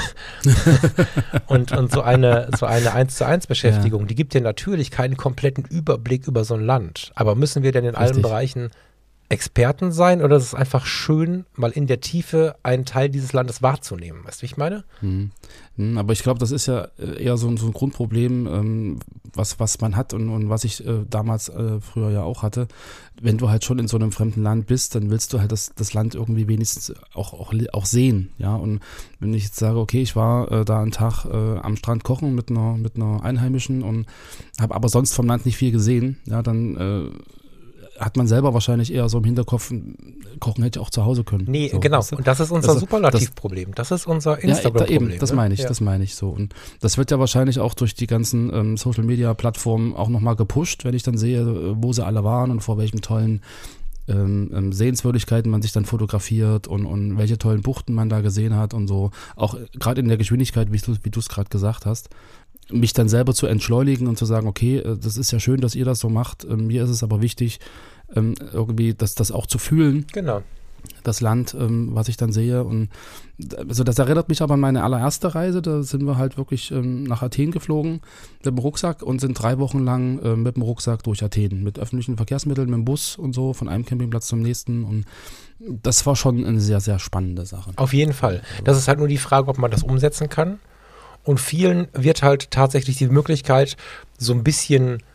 und, und so eine so eine eins zu eins Beschäftigung, ja. die gibt dir natürlich keinen kompletten Überblick über so ein Land. Aber müssen wir denn in Richtig. allen Bereichen Experten sein, oder ist es einfach schön, mal in der Tiefe einen Teil dieses Landes wahrzunehmen? Weißt du, wie ich meine? Hm. Aber ich glaube, das ist ja eher so ein, so ein Grundproblem, ähm, was, was man hat und, und was ich äh, damals äh, früher ja auch hatte. Wenn du halt schon in so einem fremden Land bist, dann willst du halt das, das Land irgendwie wenigstens auch, auch, auch sehen. Ja, und wenn ich jetzt sage, okay, ich war äh, da einen Tag äh, am Strand kochen mit einer, mit einer Einheimischen und habe aber sonst vom Land nicht viel gesehen, ja, dann äh, hat man selber wahrscheinlich eher so im Hinterkopf, kochen hätte ich auch zu Hause können. Nee, so, genau. Weißt du? Und das ist unser das, Superlativproblem. Das ist unser Instagram-Problem. Ja, eben, das ne? meine ich, ja. das meine ich so. Und das wird ja wahrscheinlich auch durch die ganzen ähm, Social-Media-Plattformen auch nochmal gepusht, wenn ich dann sehe, wo sie alle waren und vor welchen tollen ähm, ähm, Sehenswürdigkeiten man sich dann fotografiert und, und welche tollen Buchten man da gesehen hat und so. Auch gerade in der Geschwindigkeit, wie du wie du es gerade gesagt hast, mich dann selber zu entschleunigen und zu sagen, okay, das ist ja schön, dass ihr das so macht. Ähm, mir ist es aber wichtig, ähm, irgendwie das, das auch zu fühlen. Genau. Das Land, ähm, was ich dann sehe. Und also das erinnert mich aber an meine allererste Reise. Da sind wir halt wirklich ähm, nach Athen geflogen mit dem Rucksack und sind drei Wochen lang äh, mit dem Rucksack durch Athen. Mit öffentlichen Verkehrsmitteln, mit dem Bus und so, von einem Campingplatz zum nächsten. Und das war schon eine sehr, sehr spannende Sache. Auf jeden Fall. Das ist halt nur die Frage, ob man das umsetzen kann. Und vielen wird halt tatsächlich die Möglichkeit, so ein bisschen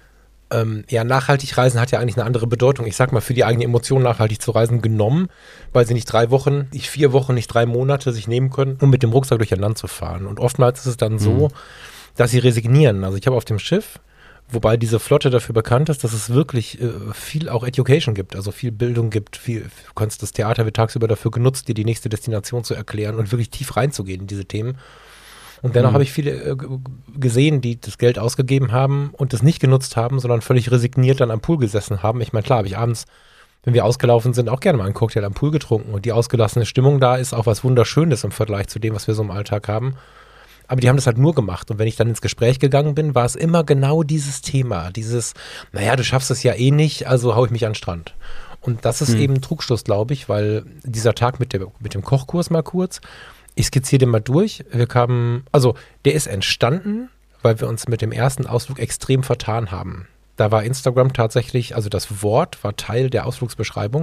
ähm, ja, nachhaltig reisen hat ja eigentlich eine andere Bedeutung. Ich sag mal, für die eigene Emotion nachhaltig zu reisen genommen, weil sie nicht drei Wochen, nicht vier Wochen, nicht drei Monate sich nehmen können, um mit dem Rucksack durch ein Land zu fahren. Und oftmals ist es dann so, mhm. dass sie resignieren. Also ich habe auf dem Schiff, wobei diese Flotte dafür bekannt ist, dass es wirklich äh, viel auch Education gibt, also viel Bildung gibt, viel, du kannst das Theater wird tagsüber dafür genutzt, dir die nächste Destination zu erklären und wirklich tief reinzugehen in diese Themen. Und dennoch mhm. habe ich viele äh, gesehen, die das Geld ausgegeben haben und das nicht genutzt haben, sondern völlig resigniert dann am Pool gesessen haben. Ich meine, klar, habe ich abends, wenn wir ausgelaufen sind, auch gerne mal einen Cocktail am Pool getrunken und die ausgelassene Stimmung da ist auch was Wunderschönes im Vergleich zu dem, was wir so im Alltag haben. Aber die haben das halt nur gemacht. Und wenn ich dann ins Gespräch gegangen bin, war es immer genau dieses Thema. Dieses, naja, du schaffst es ja eh nicht, also hau ich mich an den Strand. Und das ist hm. eben ein Trugschluss, glaube ich, weil dieser Tag mit, der, mit dem Kochkurs mal kurz, ich skizziere den mal durch. Wir kamen, also der ist entstanden, weil wir uns mit dem ersten Ausflug extrem vertan haben. Da war Instagram tatsächlich, also das Wort war Teil der Ausflugsbeschreibung.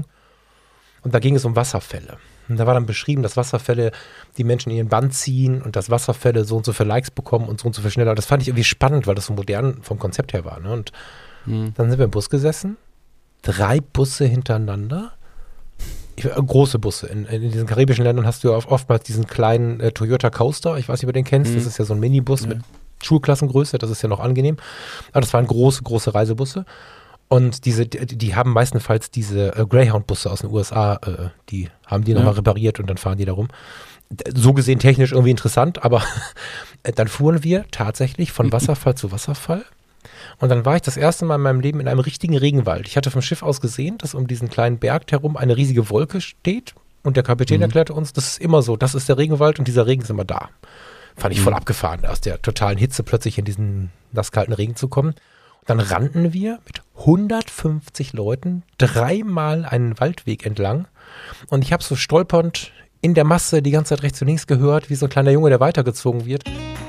Und da ging es um Wasserfälle. Und da war dann beschrieben, dass Wasserfälle die Menschen in ihren Bann ziehen und dass Wasserfälle so und so viele Likes bekommen und so und so viel schneller. Das fand ich irgendwie spannend, weil das so modern vom Konzept her war. Ne? Und mhm. dann sind wir im Bus gesessen, drei Busse hintereinander, ich, äh, große Busse. In, in diesen karibischen Ländern hast du ja oftmals diesen kleinen äh, Toyota Coaster, ich weiß nicht, ob du den kennst, mhm. das ist ja so ein Minibus ja. mit Schulklassengröße, das ist ja noch angenehm. Aber das waren große, große Reisebusse. Und diese, die, die haben meistenfalls diese äh, Greyhound-Busse aus den U S A, äh, die haben die nochmal ja. repariert und dann fahren die da rum. So gesehen technisch irgendwie interessant, aber dann fuhren wir tatsächlich von Wasserfall zu Wasserfall. Und dann war ich das erste Mal in meinem Leben in einem richtigen Regenwald. Ich hatte vom Schiff aus gesehen, dass um diesen kleinen Berg herum eine riesige Wolke steht. Und der Kapitän mhm. erklärte uns, das ist immer so, das ist der Regenwald und dieser Regen ist immer da. Fand ich mhm. voll abgefahren, aus der totalen Hitze plötzlich in diesen nasskalten Regen zu kommen. Dann rannten wir mit hundertfünfzig Leuten dreimal einen Waldweg entlang und ich habe so stolpernd in der Masse die ganze Zeit rechts und links gehört, wie so ein kleiner Junge, der weitergezogen wird.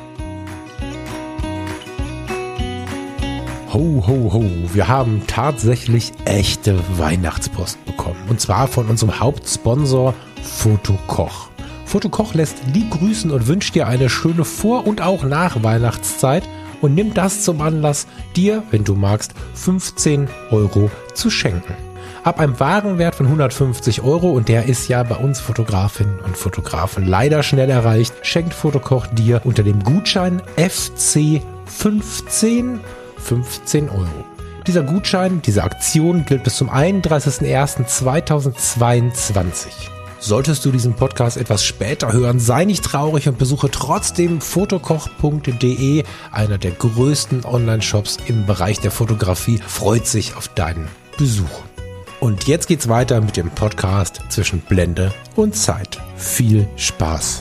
Ho, ho, ho, wir haben tatsächlich echte Weihnachtspost bekommen und zwar von unserem Hauptsponsor Fotokoch. Fotokoch lässt lieb grüßen und wünscht dir eine schöne Vor- und auch Nach-Weihnachtszeit. Und nimm das zum Anlass, dir, wenn du magst, fünfzehn Euro zu schenken. Ab einem Warenwert von hundertfünfzig Euro, und der ist ja bei uns Fotografinnen und Fotografen leider schnell erreicht, schenkt Fotokoch dir unter dem Gutschein F C fünfzehn fünfzehn Euro. Dieser Gutschein, diese Aktion gilt bis zum einunddreißigsten ersten zweitausendzweiundzwanzig. Solltest du diesen Podcast etwas später hören, sei nicht traurig und besuche trotzdem fotokoch punkt de, einer der größten Online-Shops im Bereich der Fotografie, freut sich auf deinen Besuch. Und jetzt geht's weiter mit dem Podcast zwischen Blende und Zeit. Viel Spaß!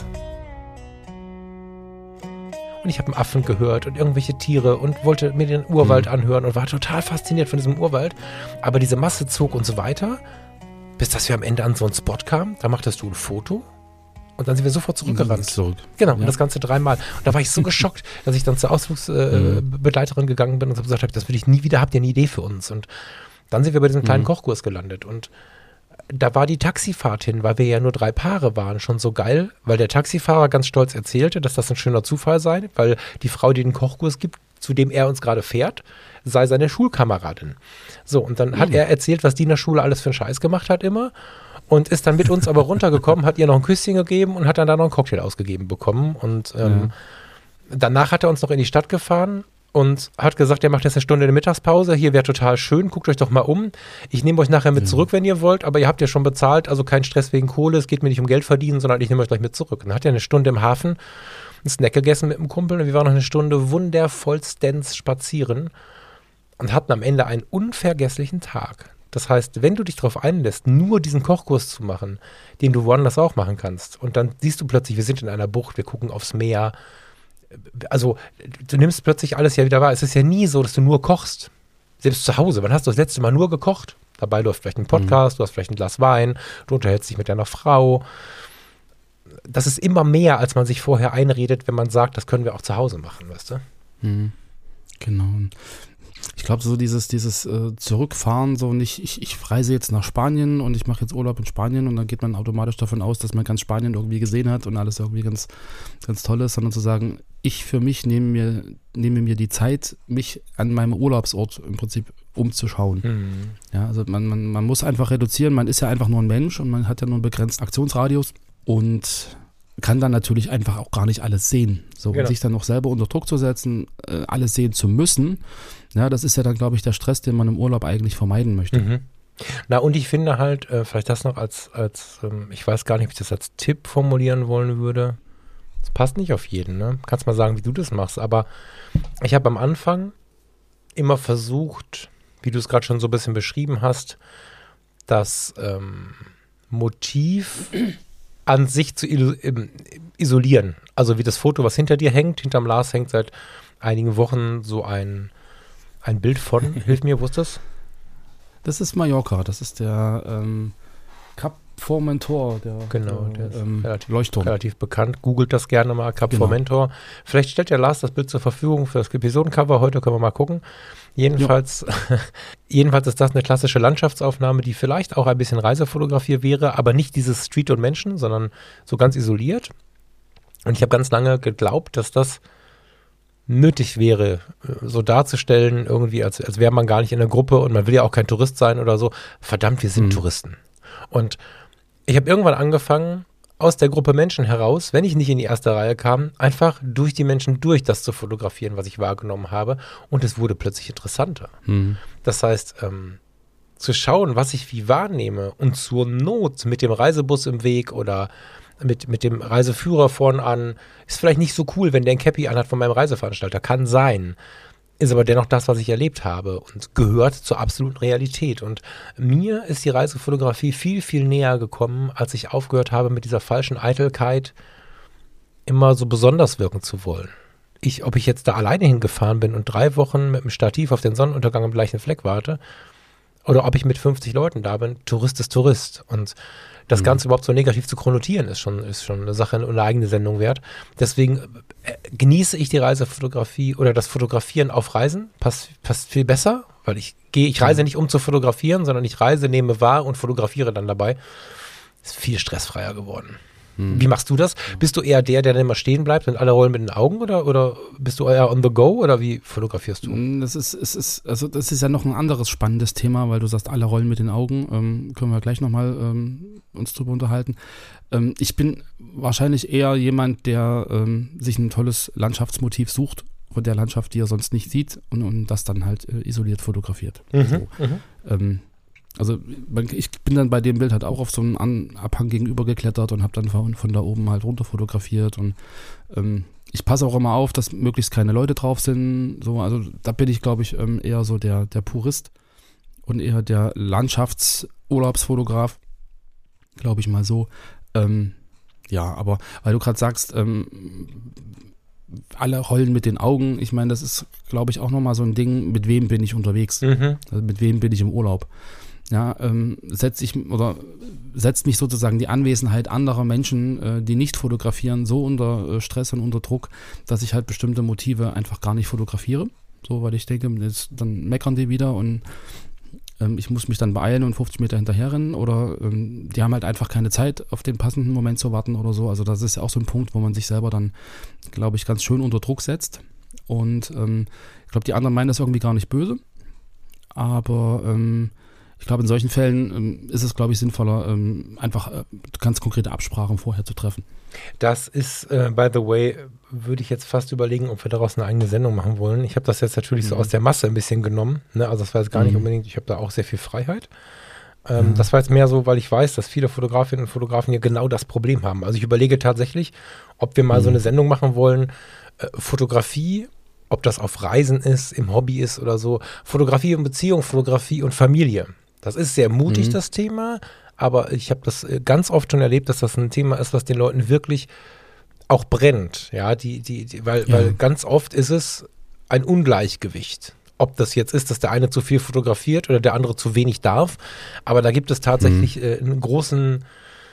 Und ich habe einen Affen gehört und irgendwelche Tiere und wollte mir den Urwald mhm. anhören und war total fasziniert von diesem Urwald. Aber diese Masse zog und so weiter, bis dass wir am Ende an so einen Spot kamen. Da machtest du ein Foto und dann sind wir sofort zurückgerannt. Zurück. Genau, ja. Und das Ganze dreimal. Und da war ich so geschockt, dass ich dann zur Ausflugsbegleiterin äh, mhm. gegangen bin und gesagt habe, das will ich nie wieder, habt ihr eine Idee für uns? Und dann sind wir bei diesem kleinen mhm. Kochkurs gelandet und da war die Taxifahrt hin, weil wir ja nur drei Paare waren, schon so geil, weil der Taxifahrer ganz stolz erzählte, dass das ein schöner Zufall sei, weil die Frau, die den Kochkurs gibt, zu dem er uns gerade fährt, sei seine Schulkameradin. So, und dann hat mhm. er erzählt, was die in der Schule alles für einen Scheiß gemacht hat immer und ist dann mit uns aber runtergekommen, hat ihr noch ein Küsschen gegeben und hat dann da noch einen Cocktail ausgegeben bekommen und ähm, ja. danach hat er uns noch in die Stadt gefahren und hat gesagt, er macht jetzt eine Stunde eine Mittagspause, hier wäre total schön, guckt euch doch mal um. Ich nehme euch nachher mit mhm. zurück, wenn ihr wollt, aber ihr habt ja schon bezahlt, also kein Stress wegen Kohle, es geht mir nicht um Geld verdienen, sondern ich nehme euch gleich mit zurück. Und dann hat er eine Stunde im Hafen einen Snack gegessen mit dem Kumpel und wir waren noch eine Stunde wundervollstens spazieren und hatten am Ende einen unvergesslichen Tag. Das heißt, wenn du dich darauf einlässt, nur diesen Kochkurs zu machen, den du woanders auch machen kannst und dann siehst du plötzlich, wir sind in einer Bucht, wir gucken aufs Meer, also du nimmst plötzlich alles ja wieder wahr. Es ist ja nie so, dass du nur kochst. Selbst zu Hause, wann hast du das letzte Mal nur gekocht? Dabei läuft vielleicht ein Podcast, mhm. du hast vielleicht ein Glas Wein, du unterhältst dich mit deiner Frau. Das ist immer mehr, als man sich vorher einredet, wenn man sagt, das können wir auch zu Hause machen, weißt du? Mhm. Genau. Ich glaube, so dieses, dieses äh, Zurückfahren, so nicht, ich, ich reise jetzt nach Spanien und ich mache jetzt Urlaub in Spanien und dann geht man automatisch davon aus, dass man ganz Spanien irgendwie gesehen hat und alles irgendwie ganz, ganz toll ist, sondern zu sagen, ich für mich nehme mir, nehme mir die Zeit, mich an meinem Urlaubsort im Prinzip umzuschauen. Mhm. Ja, also man, man, man muss einfach reduzieren, man ist ja einfach nur ein Mensch und man hat ja nur einen begrenzten Aktionsradius und kann dann natürlich einfach auch gar nicht alles sehen. So, Genau. und sich dann noch selber unter Druck zu setzen, äh, alles sehen zu müssen, ja, das ist ja dann, glaube ich, der Stress, den man im Urlaub eigentlich vermeiden möchte. Mhm. Na, und ich finde halt, äh, vielleicht das noch als, als ähm, ich weiß gar nicht, ob ich das als Tipp formulieren wollen würde. Das passt nicht auf jeden, ne? Kannst mal sagen, wie du das machst, aber ich habe am Anfang immer versucht, wie du es gerade schon so ein bisschen beschrieben hast, das ähm, Motiv an sich zu isolieren. Also wie das Foto, was hinter dir hängt, hinterm Lars hängt seit einigen Wochen so ein, ein Bild von, hilf mir, wo ist das? Das ist Mallorca, das ist der ähm, Cap Formentor, der, Genau, der, der ist ähm, relativ, Leuchtturm. relativ bekannt. Googelt das gerne mal, Cap Genau. Formentor. Vielleicht stellt der Lars das Bild zur Verfügung für das Episodencover. Heute können wir mal gucken. Jedenfalls, jedenfalls ist das eine klassische Landschaftsaufnahme, die vielleicht auch ein bisschen Reisefotografie wäre, aber nicht dieses Street und Menschen, sondern so ganz isoliert. Und ich habe ganz lange geglaubt, dass das nötig wäre, so darzustellen, irgendwie, als, als wäre man gar nicht in der Gruppe und man will ja auch kein Tourist sein oder so. Verdammt, wir sind Mhm. Touristen. Und ich habe irgendwann angefangen, aus der Gruppe Menschen heraus, wenn ich nicht in die erste Reihe kam, einfach durch die Menschen durch das zu fotografieren, was ich wahrgenommen habe. Und es wurde plötzlich interessanter. Mhm. Das heißt, ähm, zu schauen, was ich wie wahrnehme und zur Not mit dem Reisebus im Weg oder mit, mit dem Reiseführer vorn an, ist vielleicht nicht so cool, wenn der ein Cappy anhat von meinem Reiseveranstalter. Kann sein. Ist aber dennoch das, was ich erlebt habe und gehört zur absoluten Realität. Und mir ist die Reisefotografie viel, viel näher gekommen, als ich aufgehört habe, mit dieser falschen Eitelkeit immer so besonders wirken zu wollen. Ich, ob ich jetzt da alleine hingefahren bin und drei Wochen mit dem Stativ auf den Sonnenuntergang im gleichen Fleck warte oder ob ich mit fünfzig Leuten da bin, Tourist ist Tourist. Und das Mhm. Ganze überhaupt so negativ zu konnotieren, ist schon, ist schon eine Sache, eine eigene Sendung wert. Deswegen äh, genieße ich die Reisefotografie oder das Fotografieren auf Reisen. Passt, passt viel besser, weil ich gehe, ich reise nicht, um zu fotografieren, sondern ich reise, nehme wahr und fotografiere dann dabei. Ist viel stressfreier geworden. Mhm. Wie machst du das? Bist du eher der, der dann immer stehen bleibt und alle rollen mit den Augen oder, oder bist du eher on the go oder wie fotografierst du? Das ist, es ist, also das ist ja noch ein anderes spannendes Thema, weil du sagst, alle rollen mit den Augen. Ähm, können wir gleich nochmal ähm, uns drüber unterhalten. Ähm, ich bin wahrscheinlich eher jemand, der ähm, sich ein tolles Landschaftsmotiv sucht von der Landschaft, die er sonst nicht sieht und, und das dann halt äh, isoliert fotografiert. Mhm, So. mhm. Ähm, also man- ich bin dann bei dem Bild halt auch auf so einen An Abhang gegenüber geklettert und habe dann von, von da oben halt runter fotografiert und ähm, ich passe auch immer auf, dass möglichst keine Leute drauf sind. So, also da bin ich, glaube ich, ähm, eher so der, der Purist und eher der Landschaftsurlaubsfotograf, glaube ich mal so. Ähm, ja, aber weil du gerade sagst, ähm, alle rollen mit den Augen. Ich meine, das ist, glaube ich, auch nochmal so ein Ding, mit wem bin ich unterwegs? Mhm. Also mit wem bin ich im Urlaub? Ja, ähm, setzt ich oder setzt mich sozusagen die Anwesenheit anderer Menschen, äh, die nicht fotografieren, so unter äh, Stress und unter Druck, dass ich halt bestimmte Motive einfach gar nicht fotografiere. So, weil ich denke, jetzt, dann meckern die wieder und ähm, ich muss mich dann beeilen und fünfzig Meter hinterherrennen oder ähm, die haben halt einfach keine Zeit, auf den passenden Moment zu warten oder so. Also das ist ja auch so ein Punkt, wo man sich selber dann, glaube ich, ganz schön unter Druck setzt. Und ähm, ich glaube, die anderen meinen das irgendwie gar nicht böse. Aber ähm, ich glaube, in solchen Fällen ähm, ist es, glaube ich, sinnvoller, ähm, einfach äh, ganz konkrete Absprachen vorher zu treffen. Das ist, äh, by the way, würde ich jetzt fast überlegen, ob wir daraus eine eigene Sendung machen wollen. Ich habe das jetzt natürlich Mhm. so aus der Masse ein bisschen genommen. Ne? Also das war jetzt gar nicht Mhm. unbedingt, ich habe da auch sehr viel Freiheit. Ähm, Mhm. Das war jetzt mehr so, weil ich weiß, dass viele Fotografinnen und Fotografen hier genau das Problem haben. Also ich überlege tatsächlich, ob wir mal Mhm. so eine Sendung machen wollen, äh, Fotografie, ob das auf Reisen ist, im Hobby ist oder so. Fotografie und Beziehung, Fotografie und Familie. Das ist sehr mutig, Mhm. das Thema, aber ich habe das äh, ganz oft schon erlebt, dass das ein Thema ist, was den Leuten wirklich auch brennt. Ja, die, die, die, weil, Ja. weil ganz oft ist es ein Ungleichgewicht. Ob das jetzt ist, dass der eine zu viel fotografiert oder der andere zu wenig darf. Aber da gibt es tatsächlich äh, einen großen,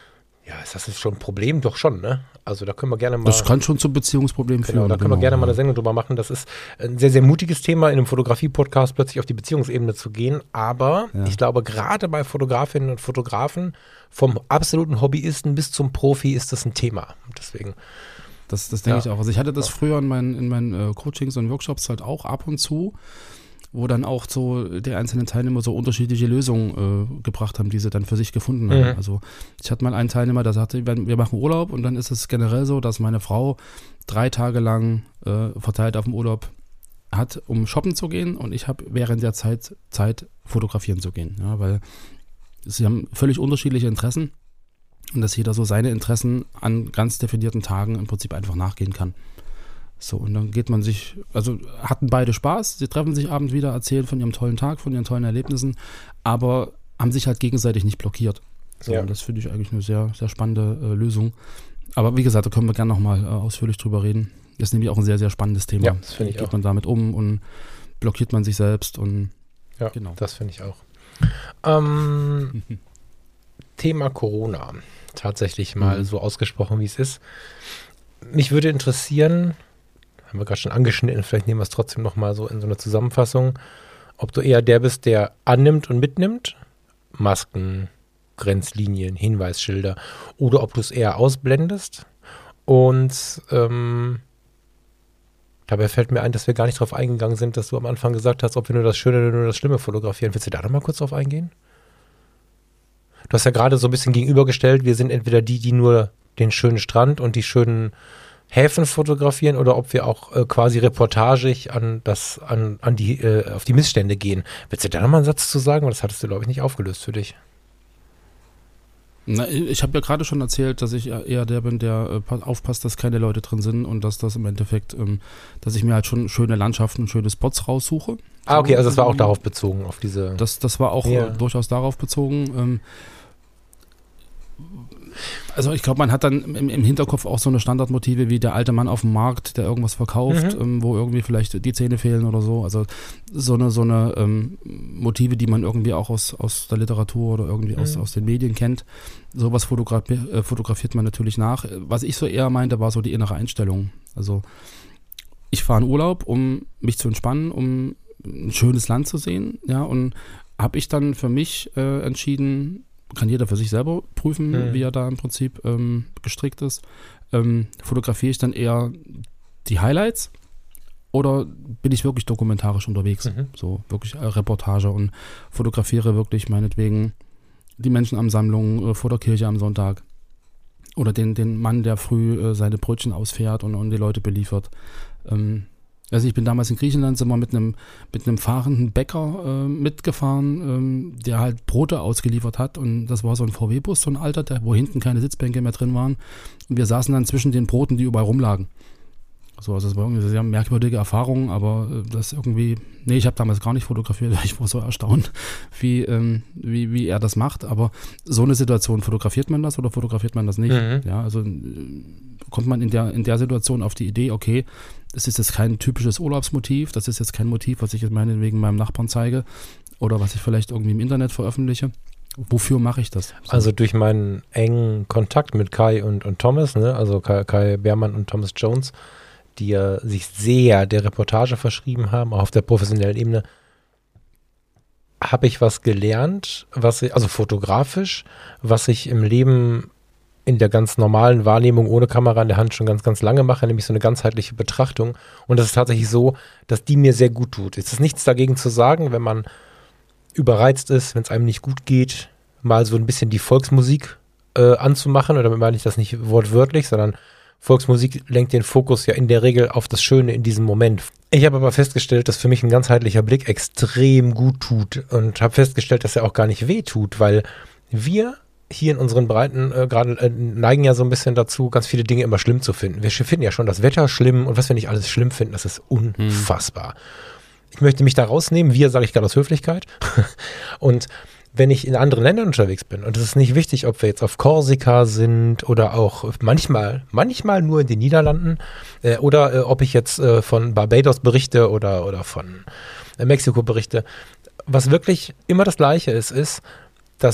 Ja, ist das jetzt schon ein Problem? Doch schon, ne? Also da können wir gerne mal... Das kann schon zum Beziehungsproblem Genau, führen. da können wir gerne mal eine Sendung drüber machen. Das ist ein sehr, sehr mutiges Thema, in einem Fotografie-Podcast plötzlich auf die Beziehungsebene zu gehen. Aber Ja. ich glaube, gerade bei Fotografinnen und Fotografen, vom absoluten Hobbyisten bis zum Profi, ist das ein Thema. Deswegen, Das, das denke Ja. ich auch. Also ich hatte das Ja. früher in meinen, in meinen äh, Coachings und Workshops halt auch ab und zu, wo dann auch so die einzelnen Teilnehmer so unterschiedliche Lösungen äh, gebracht haben, die sie dann für sich gefunden haben. Mhm. Also ich hatte mal einen Teilnehmer, der sagte, wir wir machen Urlaub und dann ist es generell so, dass meine Frau drei Tage lang äh, verteilt auf dem Urlaub hat, um shoppen zu gehen und ich habe während der Zeit Zeit, fotografieren zu gehen. Ja, weil sie haben völlig unterschiedliche Interessen und dass jeder so seine Interessen an ganz definierten Tagen im Prinzip einfach nachgehen kann. So, und dann geht man sich, also hatten beide Spaß, sie treffen sich abends wieder, erzählen von ihrem tollen Tag, von ihren tollen Erlebnissen, aber haben sich halt gegenseitig nicht blockiert. So, Ja. und das finde ich eigentlich eine sehr, sehr spannende äh, Lösung. Aber wie gesagt, da können wir gerne nochmal äh, ausführlich drüber reden. Das ist nämlich auch ein sehr, sehr spannendes Thema. Ja, das finde ich Wie geht auch. man damit um und blockiert man sich selbst und ja, Genau. das finde ich auch. Ähm, Thema Corona. Tatsächlich mal Mhm. so ausgesprochen, wie es ist. Mich würde interessieren, haben wir gerade schon angeschnitten, vielleicht nehmen wir es trotzdem nochmal so in so eine Zusammenfassung, ob du eher der bist, der annimmt und mitnimmt, Masken, Grenzlinien, Hinweisschilder, oder ob du es eher ausblendest. Und ähm, dabei fällt mir ein, dass wir gar nicht drauf eingegangen sind, dass du am Anfang gesagt hast, ob wir nur das Schöne oder nur das Schlimme fotografieren. Willst du da noch mal kurz drauf eingehen? Du hast ja gerade so ein bisschen gegenübergestellt, wir sind entweder die, die nur den schönen Strand und die schönen Häfen fotografieren, oder ob wir auch äh, quasi reportagig an das, an, an die, äh, auf die Missstände gehen. Willst du da nochmal einen Satz zu sagen? Weil das hattest du, glaube ich, nicht aufgelöst für dich. Na, ich habe ja gerade schon erzählt, dass ich eher der bin, der äh, pa- aufpasst, dass keine Leute drin sind und dass das im Endeffekt, ähm, dass ich mir halt schon schöne Landschaften, schöne Spots raussuche. Ah, okay, also es war auch ähm, darauf bezogen, auf diese... Das, das war auch Ja. äh, durchaus darauf bezogen. Ähm, also ich glaube, man hat dann im, im Hinterkopf auch so eine Standardmotive wie der alte Mann auf dem Markt, der irgendwas verkauft, Mhm. ähm, wo irgendwie vielleicht die Zähne fehlen oder so. Also so eine, so eine ähm, Motive, die man irgendwie auch aus, aus der Literatur oder irgendwie aus, Mhm. aus den Medien kennt. Sowas fotografi- äh, fotografiert man natürlich nach. Was ich so eher meinte, war so die innere Einstellung. Also ich fahre in Urlaub, um mich zu entspannen, um ein schönes Land zu sehen, ja, und habe ich dann für mich äh, entschieden, kann jeder für sich selber prüfen, Mhm. wie er da im Prinzip ähm, gestrickt ist, ähm, fotografiere ich dann eher die Highlights oder bin ich wirklich dokumentarisch unterwegs, Mhm. so wirklich äh, Reportage und fotografiere wirklich meinetwegen die Menschenansammlung äh, vor der Kirche am Sonntag oder den, den Mann, der früh äh, seine Brötchen ausfährt und, und die Leute beliefert. Ähm, Also ich bin damals in Griechenland, sind wir mit einem mit einem fahrenden Bäcker äh, mitgefahren, ähm, der halt Brote ausgeliefert hat, und das war so ein V W-Bus, so ein alter, der, wo hinten keine Sitzbänke mehr drin waren, und wir saßen dann zwischen den Broten, die überall rumlagen. So, also das war irgendwie eine sehr merkwürdige Erfahrung, aber äh, das irgendwie, nee, ich habe damals gar nicht fotografiert, weil ich war so erstaunt, wie, ähm, wie, wie er das macht, aber so eine Situation, fotografiert man das oder fotografiert man das nicht? Mhm. Ja, also äh, kommt man in der, in der Situation auf die Idee, okay, das ist jetzt kein typisches Urlaubsmotiv, das ist jetzt kein Motiv, was ich jetzt meinetwegen meinem Nachbarn zeige oder was ich vielleicht irgendwie im Internet veröffentliche. Wofür mache ich das? So. Also durch meinen engen Kontakt mit Kai und, und Thomas, ne? Also Kai, Kai Beermann und Thomas Jones, die ja sich sehr der Reportage verschrieben haben, auch auf der professionellen Ebene, habe ich was gelernt, was ich, also fotografisch, was ich im Leben in der ganz normalen Wahrnehmung ohne Kamera in der Hand schon ganz, ganz lange mache, nämlich so eine ganzheitliche Betrachtung. Und das ist tatsächlich so, dass die mir sehr gut tut. Es ist nichts dagegen zu sagen, wenn man überreizt ist, wenn es einem nicht gut geht, mal so ein bisschen die Volksmusik äh, anzumachen. Oder damit meine ich das nicht wortwörtlich, sondern Volksmusik lenkt den Fokus ja in der Regel auf das Schöne in diesem Moment. Ich habe aber festgestellt, dass für mich ein ganzheitlicher Blick extrem gut tut und habe festgestellt, dass er auch gar nicht weh tut, weil wir hier in unseren Breiten äh, gerade äh, neigen ja so ein bisschen dazu, ganz viele Dinge immer schlimm zu finden. Wir finden ja schon das Wetter schlimm, und was wir nicht alles schlimm finden, das ist unfassbar. Ich möchte mich da rausnehmen, wir sage ich gerade aus Höflichkeit. Und wenn ich in anderen Ländern unterwegs bin, und es ist nicht wichtig, ob wir jetzt auf Korsika sind oder auch manchmal, manchmal nur in den Niederlanden, äh, oder äh, ob ich jetzt äh, von Barbados berichte oder, oder von äh, Mexiko berichte, was wirklich immer das Gleiche ist, ist, dass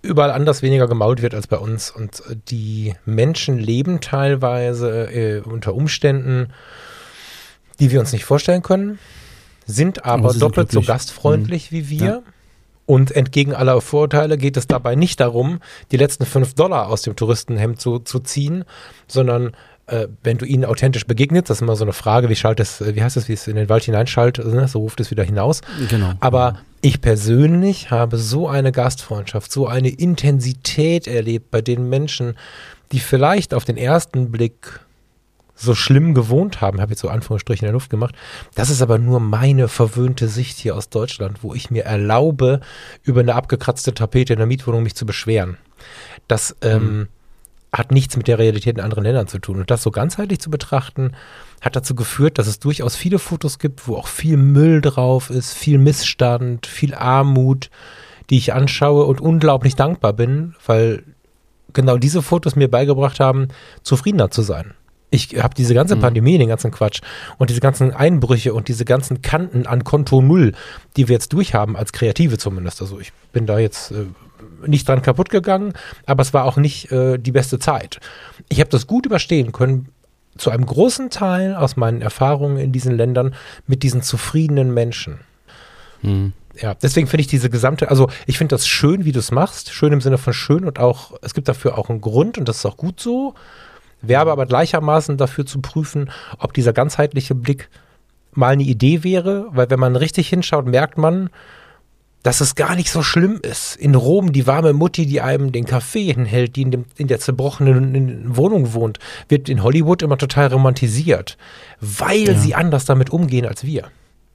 überall anders weniger gemault wird als bei uns. Und die Menschen leben teilweise äh, unter Umständen, die wir uns nicht vorstellen können, sind aber, aber doppelt so gastfreundlich mhm. wie wir. Ja. Und entgegen aller Vorurteile geht es dabei nicht darum, die letzten fünf Dollar aus dem Touristenhemd zu, zu ziehen, sondern äh, wenn du ihnen authentisch begegnest, das ist immer so eine Frage, wie schallt es, wie heißt es, wie es in den Wald hineinschallt, ne? So ruft es wieder hinaus. Genau. Aber ich persönlich habe so eine Gastfreundschaft, so eine Intensität erlebt bei den Menschen, die vielleicht auf den ersten Blick so schlimm gewohnt haben, habe jetzt so Anführungsstriche in der Luft gemacht. Das ist aber nur meine verwöhnte Sicht hier aus Deutschland, wo ich mir erlaube, über eine abgekratzte Tapete in der Mietwohnung mich zu beschweren. Das ähm, mhm. hat nichts mit der Realität in anderen Ländern zu tun. Und das so ganzheitlich zu betrachten, hat dazu geführt, dass es durchaus viele Fotos gibt, wo auch viel Müll drauf ist, viel Missstand, viel Armut, die ich anschaue und unglaublich dankbar bin, weil genau diese Fotos mir beigebracht haben, zufriedener zu sein. Ich habe diese ganze Pandemie, mhm. den ganzen Quatsch und diese ganzen Einbrüche und diese ganzen Kanten an Konto Null, die wir jetzt durchhaben, als Kreative zumindest. Also ich bin da jetzt äh, nicht dran kaputt gegangen, aber es war auch nicht äh, die beste Zeit. Ich habe das gut überstehen können, zu einem großen Teil aus meinen Erfahrungen in diesen Ländern mit diesen zufriedenen Menschen. Mhm. Ja, deswegen finde ich diese gesamte, also ich finde das schön, wie du es machst, schön im Sinne von schön und auch, es gibt dafür auch einen Grund und das ist auch gut so. Werbe aber gleichermaßen dafür zu prüfen, ob dieser ganzheitliche Blick mal eine Idee wäre, weil wenn man richtig hinschaut, merkt man, dass es gar nicht so schlimm ist. In Rom die warme Mutti, die einem den Kaffee hinhält, die in, dem, in der zerbrochenen Wohnung wohnt, wird in Hollywood immer total romantisiert, weil ja. sie anders damit umgehen als wir.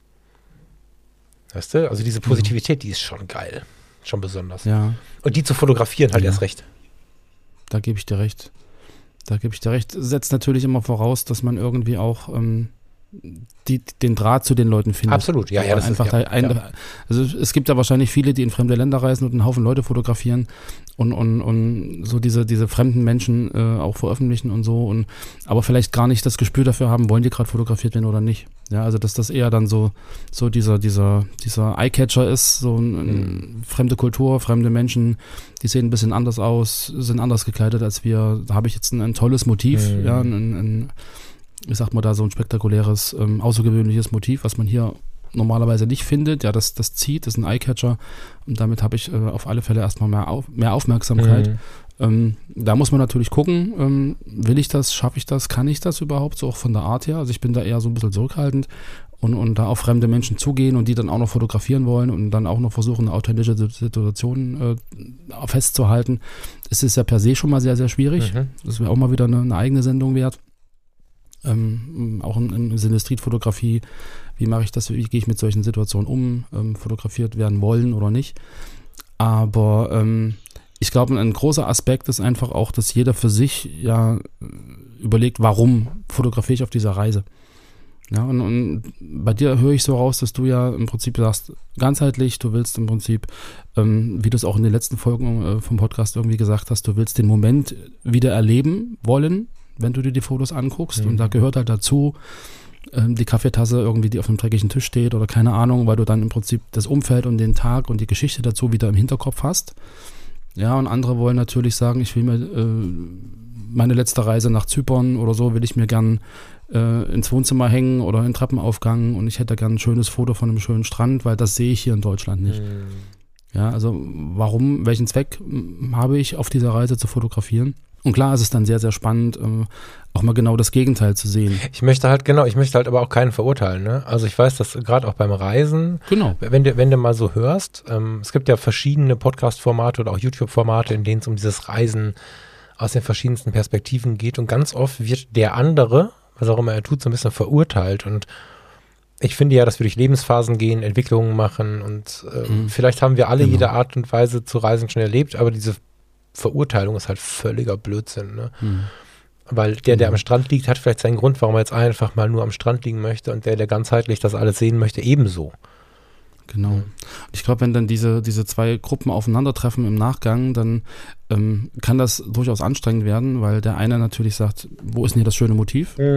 Weißt du? Also diese Positivität, die ist schon geil, schon besonders. Ja. Und die zu fotografieren halt ja. erst recht. Da gebe ich dir recht. Da gebe ich dir recht. Setzt natürlich immer voraus, dass man irgendwie auch ähm, die, den Draht zu den Leuten findet. Absolut, ja, ja. Das einfach ist, ja, da ein, ja. Also es gibt ja wahrscheinlich viele, die in fremde Länder reisen und einen Haufen Leute fotografieren und, und, und so diese, diese fremden Menschen äh, auch veröffentlichen und so. Und aber vielleicht gar nicht das Gespür dafür haben, wollen die gerade fotografiert werden oder nicht. Ja, also dass das eher dann so, so dieser, dieser, dieser Eyecatcher ist, so eine mhm. fremde Kultur, fremde Menschen, die sehen ein bisschen anders aus, sind anders gekleidet als wir. Da habe ich jetzt ein, ein tolles Motiv, mhm. ja, ein, ein, ich sag mal da so ein spektakuläres, ähm, außergewöhnliches Motiv, was man hier normalerweise nicht findet. Ja, das, das zieht, das ist ein Eyecatcher und damit habe ich äh, auf alle Fälle erstmal mehr, auf, mehr Aufmerksamkeit. Mhm. Ähm, da muss man natürlich gucken, ähm, will ich das, schaffe ich das, kann ich das überhaupt, so auch von der Art her. Also ich bin da eher so ein bisschen zurückhaltend und, und da auf fremde Menschen zugehen und die dann auch noch fotografieren wollen und dann auch noch versuchen, eine authentische Situation äh, festzuhalten. Es ist ja per se schon mal sehr, sehr schwierig. Mhm. Das wäre auch mal wieder eine, eine eigene Sendung wert. Ähm, auch im, im Sinne Streetfotografie, wie mache ich das, wie gehe ich mit solchen Situationen um, ähm, fotografiert werden wollen oder nicht. Aber ähm, ich glaube, ein großer Aspekt ist einfach auch, dass jeder für sich ja überlegt, warum fotografiere ich auf dieser Reise. Ja, und, und bei dir höre ich so raus, dass du ja im Prinzip sagst, ganzheitlich, du willst im Prinzip, ähm, wie du es auch in den letzten Folgen äh, vom Podcast irgendwie gesagt hast, du willst den Moment wieder erleben wollen, wenn du dir die Fotos anguckst. Mhm. Und da gehört halt dazu, ähm, die Kaffeetasse irgendwie, die auf einem dreckigen Tisch steht oder keine Ahnung, weil du dann im Prinzip das Umfeld und den Tag und die Geschichte dazu wieder im Hinterkopf hast. Ja, und andere wollen natürlich sagen, ich will mir äh, meine letzte Reise nach Zypern oder so, will ich mir gern äh, ins Wohnzimmer hängen oder in Treppenaufgang und ich hätte gern ein schönes Foto von einem schönen Strand, weil das sehe ich hier in Deutschland nicht. Mhm. Ja, also warum, welchen Zweck habe ich auf dieser Reise zu fotografieren? Und klar ist es dann sehr, sehr spannend, äh, auch mal genau das Gegenteil zu sehen. Ich möchte halt, genau, ich möchte halt aber auch keinen verurteilen, ne? Also ich weiß, dass gerade auch beim Reisen, genau. wenn du, wenn du mal so hörst, ähm, es gibt ja verschiedene Podcast-Formate oder auch YouTube-Formate, in denen es um dieses Reisen aus den verschiedensten Perspektiven geht und ganz oft wird der andere, was auch immer er tut, so ein bisschen verurteilt und ich finde ja, dass wir durch Lebensphasen gehen, Entwicklungen machen und äh, mhm. vielleicht haben wir alle genau. jede Art und Weise zu reisen schon erlebt, aber diese Verurteilung ist halt völliger Blödsinn, ne? Mhm. Weil der, der mhm. am Strand liegt, hat vielleicht seinen Grund, warum er jetzt einfach mal nur am Strand liegen möchte und der, der ganzheitlich das alles sehen möchte, ebenso. Genau. Mhm. Ich glaube, wenn dann diese, diese zwei Gruppen aufeinandertreffen im Nachgang, dann ähm, kann das durchaus anstrengend werden, weil der eine natürlich sagt, wo ist denn hier das schöne Motiv? Mhm.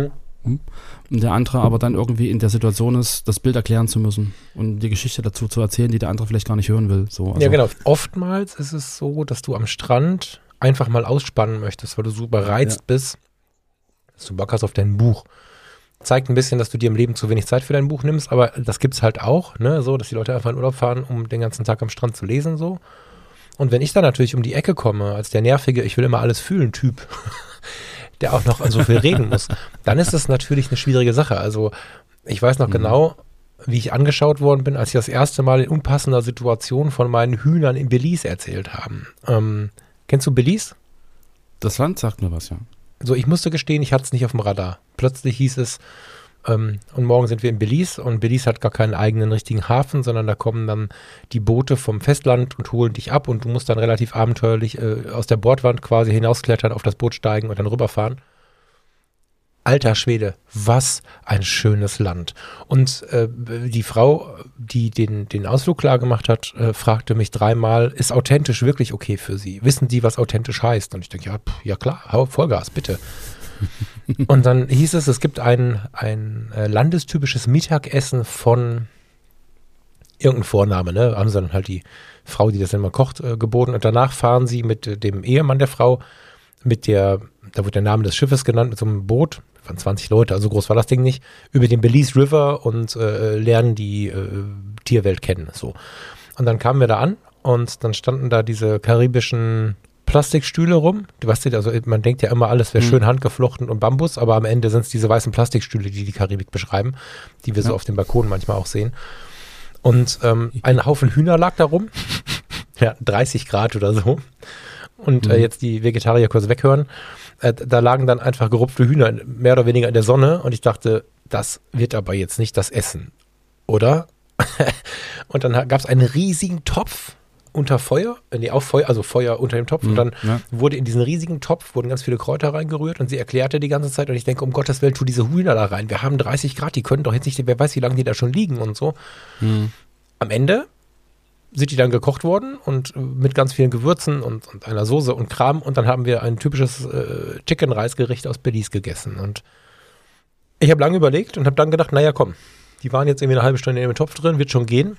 hm? Und der andere aber dann irgendwie in der Situation ist, das Bild erklären zu müssen und die Geschichte dazu zu erzählen, die der andere vielleicht gar nicht hören will. So, also. Ja, genau. Oftmals ist es so, dass du am Strand einfach mal ausspannen möchtest, weil du so überreizt ja. bist, dass du Bock hast auf dein Buch. Zeigt ein bisschen, dass du dir im Leben zu wenig Zeit für dein Buch nimmst, aber das gibt's halt auch, ne, so, dass die Leute einfach in Urlaub fahren, um den ganzen Tag am Strand zu lesen, so. Und wenn ich dann natürlich um die Ecke komme, als der nervige, ich will immer alles fühlen Typ, der auch noch so viel reden muss, dann ist das natürlich eine schwierige Sache. Also, ich weiß noch mhm. genau, wie ich angeschaut worden bin, als ich das erste Mal in unpassender Situation von meinen Hühnern in Belize erzählt haben. Ähm, kennst du Belize? Das Land sagt mir was, ja. So, ich musste gestehen, ich hatte es nicht auf dem Radar. Plötzlich hieß es, ähm, und morgen sind wir in Belize und Belize hat gar keinen eigenen richtigen Hafen, sondern da kommen dann die Boote vom Festland und holen dich ab und du musst dann relativ abenteuerlich äh, aus der Bordwand quasi hinausklettern, auf das Boot steigen und dann rüberfahren. Alter Schwede, was ein schönes Land. Und äh, die Frau, die den, den Ausflug klar gemacht hat, äh, fragte mich dreimal, ist authentisch wirklich okay für Sie? Wissen Sie, was authentisch heißt? Und ich denke, ja, pff, ja klar, hau Vollgas, bitte. Und dann hieß es, es gibt ein, ein äh, landestypisches Mittagessen von irgendeinem Vorname, ne? Haben sie dann halt die Frau, die das dann mal kocht, äh, geboten. Und danach fahren sie mit äh, dem Ehemann der Frau, mit der, da wird der Name des Schiffes genannt, mit so einem Boot, von zwanzig Leute, also groß war das Ding nicht, über den Belize River und äh, lernen die äh, Tierwelt kennen. So. Und dann kamen wir da an und dann standen da diese karibischen Plastikstühle rum. Du weißt ja, also man denkt ja immer, alles wäre mhm. schön handgeflochten und Bambus, aber am Ende sind es diese weißen Plastikstühle, die die Karibik beschreiben, die wir ja. so auf dem Balkon manchmal auch sehen. Und ähm, ein Haufen Hühner lag da rum. Ja, dreißig Grad oder so. Und mhm. äh, jetzt die Vegetarier kurz weghören. Äh, da lagen dann einfach gerupfte Hühner mehr oder weniger in der Sonne und ich dachte, das wird aber jetzt nicht das Essen, oder? Und dann gab es einen riesigen Topf unter Feuer, nee, auf Feuer, also Feuer unter dem Topf mhm. und dann ja. wurde in diesen riesigen Topf, wurden ganz viele Kräuter reingerührt und sie erklärte die ganze Zeit und ich denke, um Gottes Willen, tu diese Hühner da rein, wir haben dreißig Grad, die können doch jetzt nicht, wer weiß, wie lange die da schon liegen und so. Mhm. Am Ende sind die dann gekocht worden und mit ganz vielen Gewürzen und, und einer Soße und Kram und dann haben wir ein typisches äh, Chicken-Reis-Gericht aus Belize gegessen und ich habe lange überlegt und habe dann gedacht, naja komm, die waren jetzt irgendwie eine halbe Stunde in dem Topf drin, wird schon gehen.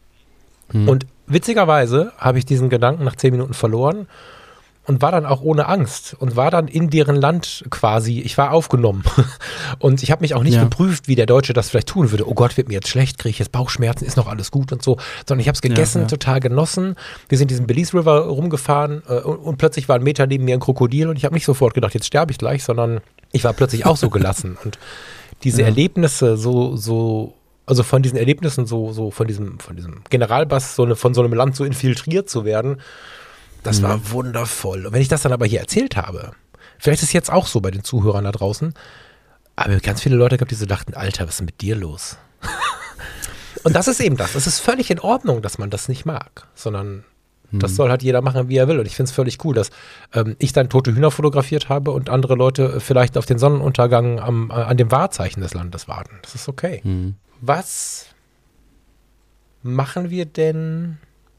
Hm. Und witzigerweise habe ich diesen Gedanken nach zehn Minuten verloren und war dann auch ohne Angst und war dann in deren Land quasi, ich war aufgenommen und ich habe mich auch nicht ja. geprüft, wie der Deutsche das vielleicht tun würde. Oh Gott, wird mir jetzt schlecht, kriege ich jetzt Bauchschmerzen, ist noch alles gut und so, sondern ich habe es gegessen, ja, ja. total genossen. Wir sind diesen Belize River rumgefahren äh, und, und plötzlich war ein Meter neben mir ein Krokodil und ich habe nicht sofort gedacht, jetzt sterbe ich gleich, sondern ich war plötzlich auch so gelassen und diese ja. Erlebnisse so, so Also von diesen Erlebnissen, so, so von diesem, von diesem Generalbass, so eine, von so einem Land so infiltriert zu werden, das mhm. war wundervoll. Und wenn ich das dann aber hier erzählt habe, vielleicht ist es jetzt auch so bei den Zuhörern da draußen, aber ganz viele Leute gehabt, die so dachten, Alter, was ist denn mit dir los? Und das ist eben das. Es ist völlig in Ordnung, dass man das nicht mag, sondern mhm. das soll halt jeder machen, wie er will. Und ich finde es völlig cool, dass ähm, ich dann tote Hühner fotografiert habe und andere Leute vielleicht auf den Sonnenuntergang am, äh, an dem Wahrzeichen des Landes warten. Das ist okay. Mhm. Was machen wir denn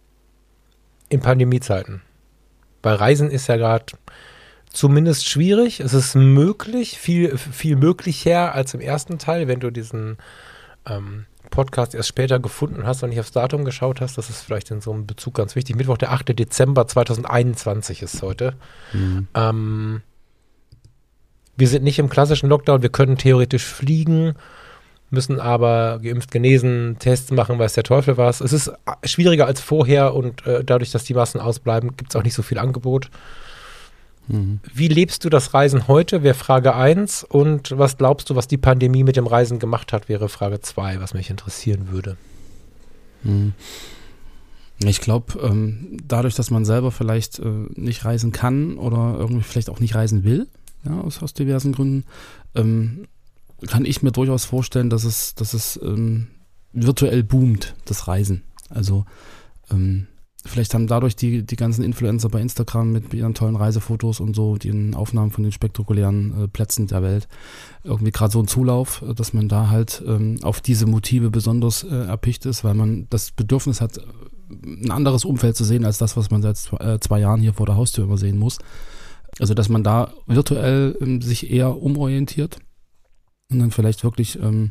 in Pandemiezeiten? Weil Reisen ist ja gerade zumindest schwierig. Es ist möglich, viel, viel möglicher als im ersten Teil, wenn du diesen ähm, Podcast erst später gefunden hast und nicht aufs Datum geschaut hast. Das ist vielleicht in so einem Bezug ganz wichtig. Mittwoch, der achte Dezember zweitausendeinundzwanzig ist heute. Mhm. Ähm, wir sind nicht im klassischen Lockdown. Wir können theoretisch fliegen, müssen aber geimpft, genesen, Tests machen, weiß der Teufel was. Es ist schwieriger als vorher und äh, dadurch, dass die Massen ausbleiben, gibt es auch nicht so viel Angebot. Mhm. Wie lebst du das Reisen heute, wäre Frage eins. Und was glaubst du, was die Pandemie mit dem Reisen gemacht hat, wäre Frage zwei, was mich interessieren würde. Mhm. Ich glaube, ähm, dadurch, dass man selber vielleicht äh, nicht reisen kann oder irgendwie vielleicht auch nicht reisen will, ja, aus, aus diversen Gründen, ähm, kann ich mir durchaus vorstellen, dass es, dass es ähm, virtuell boomt, das Reisen. Also ähm, vielleicht haben dadurch die, die ganzen Influencer bei Instagram mit ihren tollen Reisefotos und so, den Aufnahmen von den spektakulären äh, Plätzen der Welt, irgendwie gerade so einen Zulauf, dass man da halt ähm, auf diese Motive besonders äh, erpicht ist, weil man das Bedürfnis hat, ein anderes Umfeld zu sehen, als das, was man seit zwei, äh, zwei Jahren hier vor der Haustür immer sehen muss. Also dass man da virtuell ähm, sich eher umorientiert. und dann vielleicht wirklich ähm,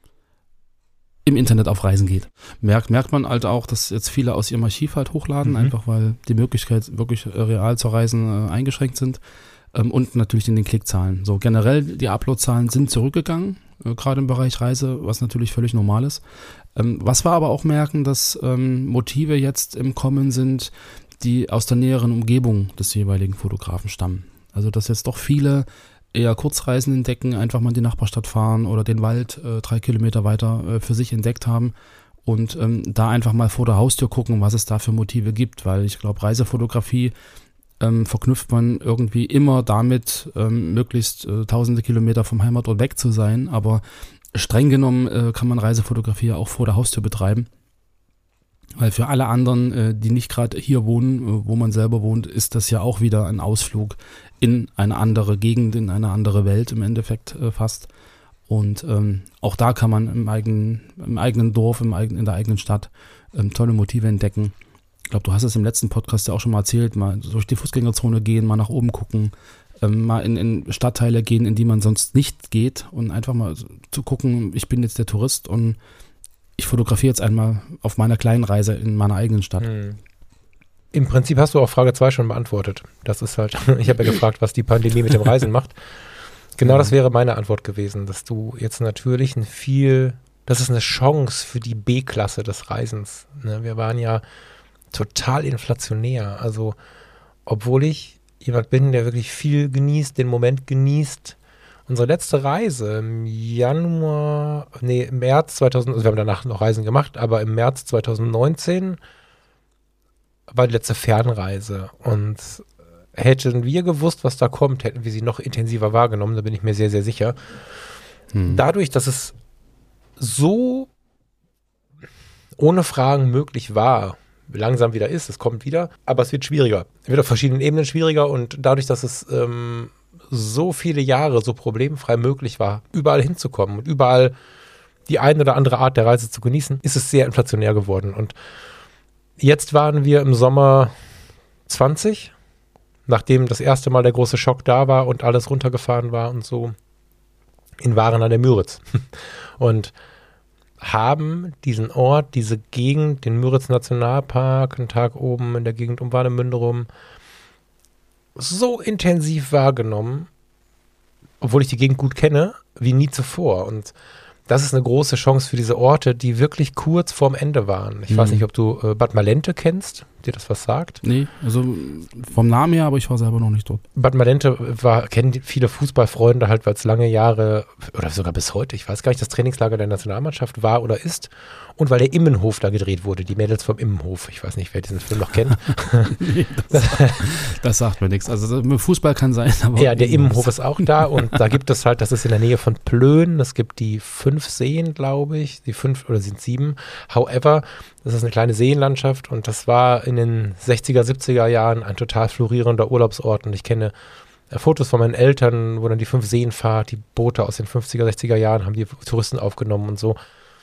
im Internet auf Reisen geht. Merkt, merkt man halt auch, dass jetzt viele aus ihrem Archiv halt hochladen, mhm. einfach weil die Möglichkeit wirklich äh, real zu reisen äh, eingeschränkt sind. Ähm, und natürlich in den Klickzahlen. So generell, die Uploadzahlen sind zurückgegangen, äh, gerade im Bereich Reise, was natürlich völlig normal ist. Ähm, was wir aber auch merken, dass ähm, Motive jetzt im Kommen sind, die aus der näheren Umgebung des jeweiligen Fotografen stammen. Also dass jetzt doch viele eher Kurzreisen entdecken, einfach mal in die Nachbarstadt fahren oder den Wald äh, drei Kilometer weiter äh, für sich entdeckt haben und ähm, da einfach mal vor der Haustür gucken, was es da für Motive gibt, weil ich glaube, Reisefotografie ähm, verknüpft man irgendwie immer damit, ähm, möglichst äh, tausende Kilometer vom Heimatort weg zu sein, aber streng genommen äh, kann man Reisefotografie auch vor der Haustür betreiben. Weil für alle anderen, äh, die nicht gerade hier wohnen, äh, wo man selber wohnt, ist das ja auch wieder ein Ausflug in eine andere Gegend, in eine andere Welt im Endeffekt äh, fast. Und ähm, auch da kann man im eigenen, im eigenen Dorf, im eigenen, in der eigenen Stadt ähm, tolle Motive entdecken. Ich glaube, du hast es im letzten Podcast ja auch schon mal erzählt, mal durch die Fußgängerzone gehen, mal nach oben gucken, ähm, mal in, in Stadtteile gehen, in die man sonst nicht geht und einfach mal zu gucken, ich bin jetzt der Tourist und ich fotografiere jetzt einmal auf meiner kleinen Reise in meiner eigenen Stadt. Hm. Im Prinzip hast du auch Frage zwei schon beantwortet. Das ist halt, ich habe ja gefragt, was die Pandemie mit dem Reisen macht. Genau das wäre meine Antwort gewesen, dass du jetzt natürlich ein viel, das ist eine Chance für die B-Klasse des Reisens. Ne? Wir waren ja total inflationär. Also, obwohl ich jemand bin, der wirklich viel genießt, den Moment genießt. Unsere letzte Reise im Januar, nee, im März zweitausend, also wir haben danach noch Reisen gemacht, aber im März zwanzig neunzehn war die letzte Fernreise. Und hätten wir gewusst, was da kommt, hätten wir sie noch intensiver wahrgenommen, da bin ich mir sehr, sehr sicher. Hm. Dadurch, dass es so ohne Fragen möglich war, langsam wieder ist, es kommt wieder, aber es wird schwieriger. Es wird auf verschiedenen Ebenen schwieriger und dadurch, dass es ähm, so viele Jahre so problemfrei möglich war, überall hinzukommen und überall die eine oder andere Art der Reise zu genießen, ist es sehr inflationär geworden. Und jetzt waren wir im Sommer zwanzig, nachdem das erste Mal der große Schock da war und alles runtergefahren war und so, in Waren an der Müritz. Und haben diesen Ort, diese Gegend, den Müritz-Nationalpark, einen Tag oben in der Gegend um Warnemünde rum, so intensiv wahrgenommen, obwohl ich die Gegend gut kenne, wie nie zuvor. Und das ist eine große Chance für diese Orte, die wirklich kurz vorm Ende waren. Ich mhm. weiß nicht, ob du äh, Bad Malente kennst, dir das was sagt? Nee, also vom Namen her, aber ich war selber noch nicht dort. Bad Malente war, kennen viele Fußballfreunde halt, weil es lange Jahre oder sogar bis heute, ich weiß gar nicht, das Trainingslager der Nationalmannschaft war oder ist. Und weil der Immenhof da gedreht wurde, die Mädels vom Immenhof. Ich weiß nicht, wer diesen Film noch kennt. Nee, das, das sagt mir nichts. Also Fußball kann sein, aber... Ja, der Immenhof ist auch da und da gibt es halt, das ist in der Nähe von Plön, es gibt die fünf Seen, glaube ich, die fünf oder sind sieben. However, das ist eine kleine Seenlandschaft und das war in den sechziger, siebziger Jahren ein total florierender Urlaubsort und ich kenne äh, Fotos von meinen Eltern, wo dann die fünf Seenfahrt, die Boote aus den fünfziger, sechziger Jahren haben die Touristen aufgenommen und so.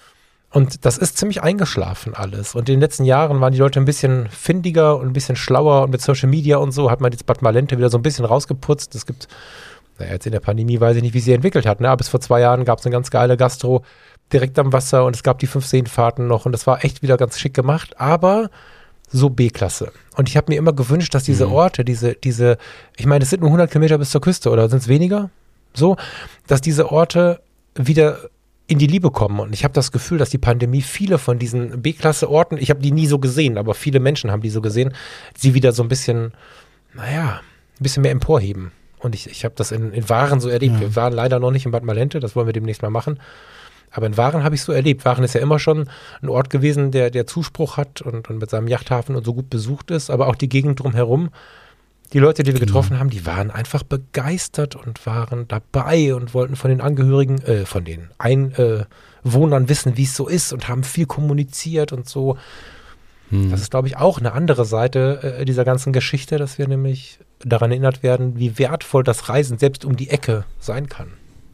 Und das ist ziemlich eingeschlafen alles. Und in den letzten Jahren waren die Leute ein bisschen findiger und ein bisschen schlauer und mit Social Media und so hat man jetzt Bad Malente wieder so ein bisschen rausgeputzt. Es gibt, naja, jetzt in der Pandemie weiß ich nicht, wie sie entwickelt hat, ne? Aber bis vor zwei Jahren gab es eine ganz geile Gastro direkt am Wasser und es gab die fünf Seenfahrten noch und das war echt wieder ganz schick gemacht, aber so B-Klasse. Und ich habe mir immer gewünscht, dass diese Orte, diese, diese, ich meine, es sind nur hundert Kilometer bis zur Küste oder sind es weniger? So, dass diese Orte wieder in die Liebe kommen. Und ich habe das Gefühl, dass die Pandemie viele von diesen B-Klasse-Orten, ich habe die nie so gesehen, aber viele Menschen haben die so gesehen, sie wieder so ein bisschen, naja, ein bisschen mehr emporheben. Und ich, ich habe das in, in Waren so erlebt. Ja. Wir waren leider noch nicht in Bad Malente, das wollen wir demnächst mal machen. Aber in Waren habe ich so erlebt. Waren ist ja immer schon ein Ort gewesen, der, der Zuspruch hat und, und mit seinem Yachthafen und so gut besucht ist, aber auch die Gegend drumherum. Die Leute, die wir genau. getroffen haben, die waren einfach begeistert und waren dabei und wollten von den Angehörigen, äh, von den Einwohnern äh, wissen, wie es so ist und haben viel kommuniziert und so. Hm. Das ist, glaube ich, auch eine andere Seite äh, dieser ganzen Geschichte, dass wir nämlich daran erinnert werden, wie wertvoll das Reisen selbst um die Ecke sein kann.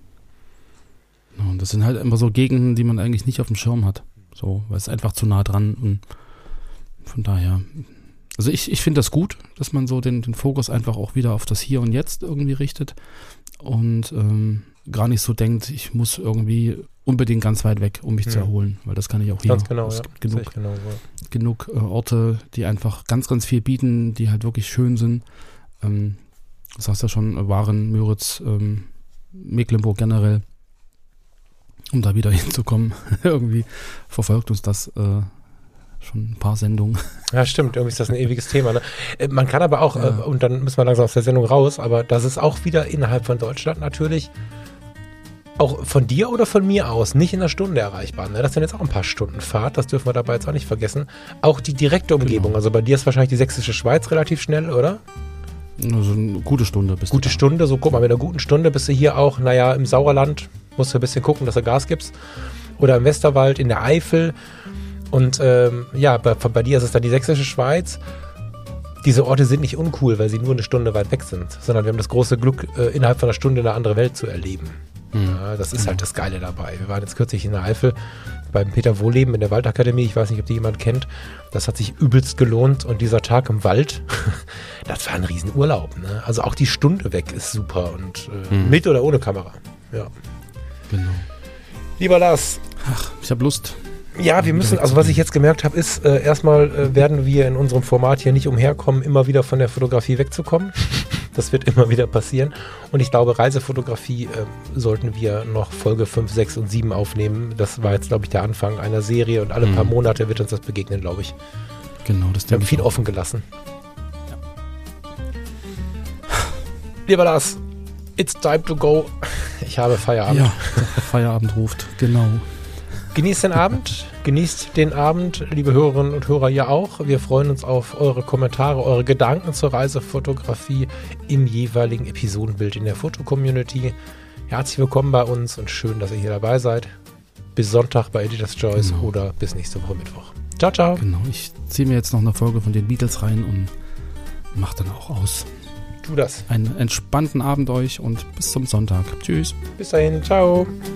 Und das sind halt immer so Gegenden, die man eigentlich nicht auf dem Schirm hat. So, weil es einfach zu nah dran und von daher... Also ich, ich finde das gut, dass man so den, den Fokus einfach auch wieder auf das Hier und Jetzt irgendwie richtet und ähm, gar nicht so denkt, ich muss irgendwie unbedingt ganz weit weg, um mich Mhm. zu erholen, weil das kann ich auch hier. Ganz genau, es ja. gibt Sehe genug, ich genau, ja. genug äh, Orte, die einfach ganz, ganz viel bieten, die halt wirklich schön sind. Ähm, du sagst ja schon, Waren, Müritz, ähm, Mecklenburg generell, um da wieder hinzukommen. Irgendwie verfolgt uns das äh, schon ein paar Sendungen. Ja, stimmt, irgendwie ist das ein ewiges Thema. Ne? Äh, Man kann aber auch, Ja. äh, und dann müssen wir langsam aus der Sendung raus, aber das ist auch wieder innerhalb von Deutschland natürlich auch von dir oder von mir aus nicht in einer Stunde erreichbar. Ne? Das sind jetzt auch ein paar Stunden Fahrt, das dürfen wir dabei jetzt auch nicht vergessen. Auch die direkte Umgebung, Genau. also bei dir ist wahrscheinlich die sächsische Schweiz relativ schnell, oder? Also eine gute Stunde bis Gute Stunde, so guck mal, mit einer guten Stunde bist du hier auch, naja, im Sauerland, musst du ein bisschen gucken, dass du Gas gibst. Oder im Westerwald, in der Eifel. Und ähm, ja, bei, bei dir ist es dann die sächsische Schweiz. Diese Orte sind nicht uncool, weil sie nur eine Stunde weit weg sind, sondern wir haben das große Glück, äh, innerhalb von einer Stunde eine andere Welt zu erleben. Mhm. Ja, das ist halt das Geile dabei. Wir waren jetzt kürzlich in der Eifel beim Peter Wohleben in der Waldakademie. Ich weiß nicht, ob die jemand kennt. Das hat sich übelst gelohnt. Und dieser Tag im Wald, das war ein Riesenurlaub. Ne? Also auch die Stunde weg ist super. Und äh, Mhm. mit oder ohne Kamera. Ja. Genau. Lieber Lars, Ach, ich habe Lust. ja, wir müssen, also was ich jetzt gemerkt habe, ist, äh, erstmal äh, werden wir in unserem Format hier nicht umherkommen, immer wieder von der Fotografie wegzukommen. Das wird immer wieder passieren. Und ich glaube, Reisefotografie äh, sollten wir noch Folge fünf, sechs und sieben aufnehmen. Das war jetzt, glaube ich, der Anfang einer Serie und alle Mhm. paar Monate wird uns das begegnen, glaube ich. Genau, das Wir haben denke viel ich auch. offen gelassen. Lieber Lars, it's time to go. Ich habe Feierabend. Ja, der Feierabend ruft, genau. Genießt den Abend, genießt den Abend, liebe Hörerinnen und Hörer, ihr auch. Wir freuen uns auf eure Kommentare, eure Gedanken zur Reisefotografie im jeweiligen Episodenbild in der Foto-Community. Herzlich willkommen bei uns und schön, dass ihr hier dabei seid. Bis Sonntag bei Editor's Choice Genau. oder bis nächste Woche Mittwoch. Ciao, ciao. Genau, ich ziehe mir jetzt noch eine Folge von den Beatles rein und mach dann auch aus. Tu das. Einen entspannten Abend euch und bis zum Sonntag. Tschüss. Bis dahin. Ciao.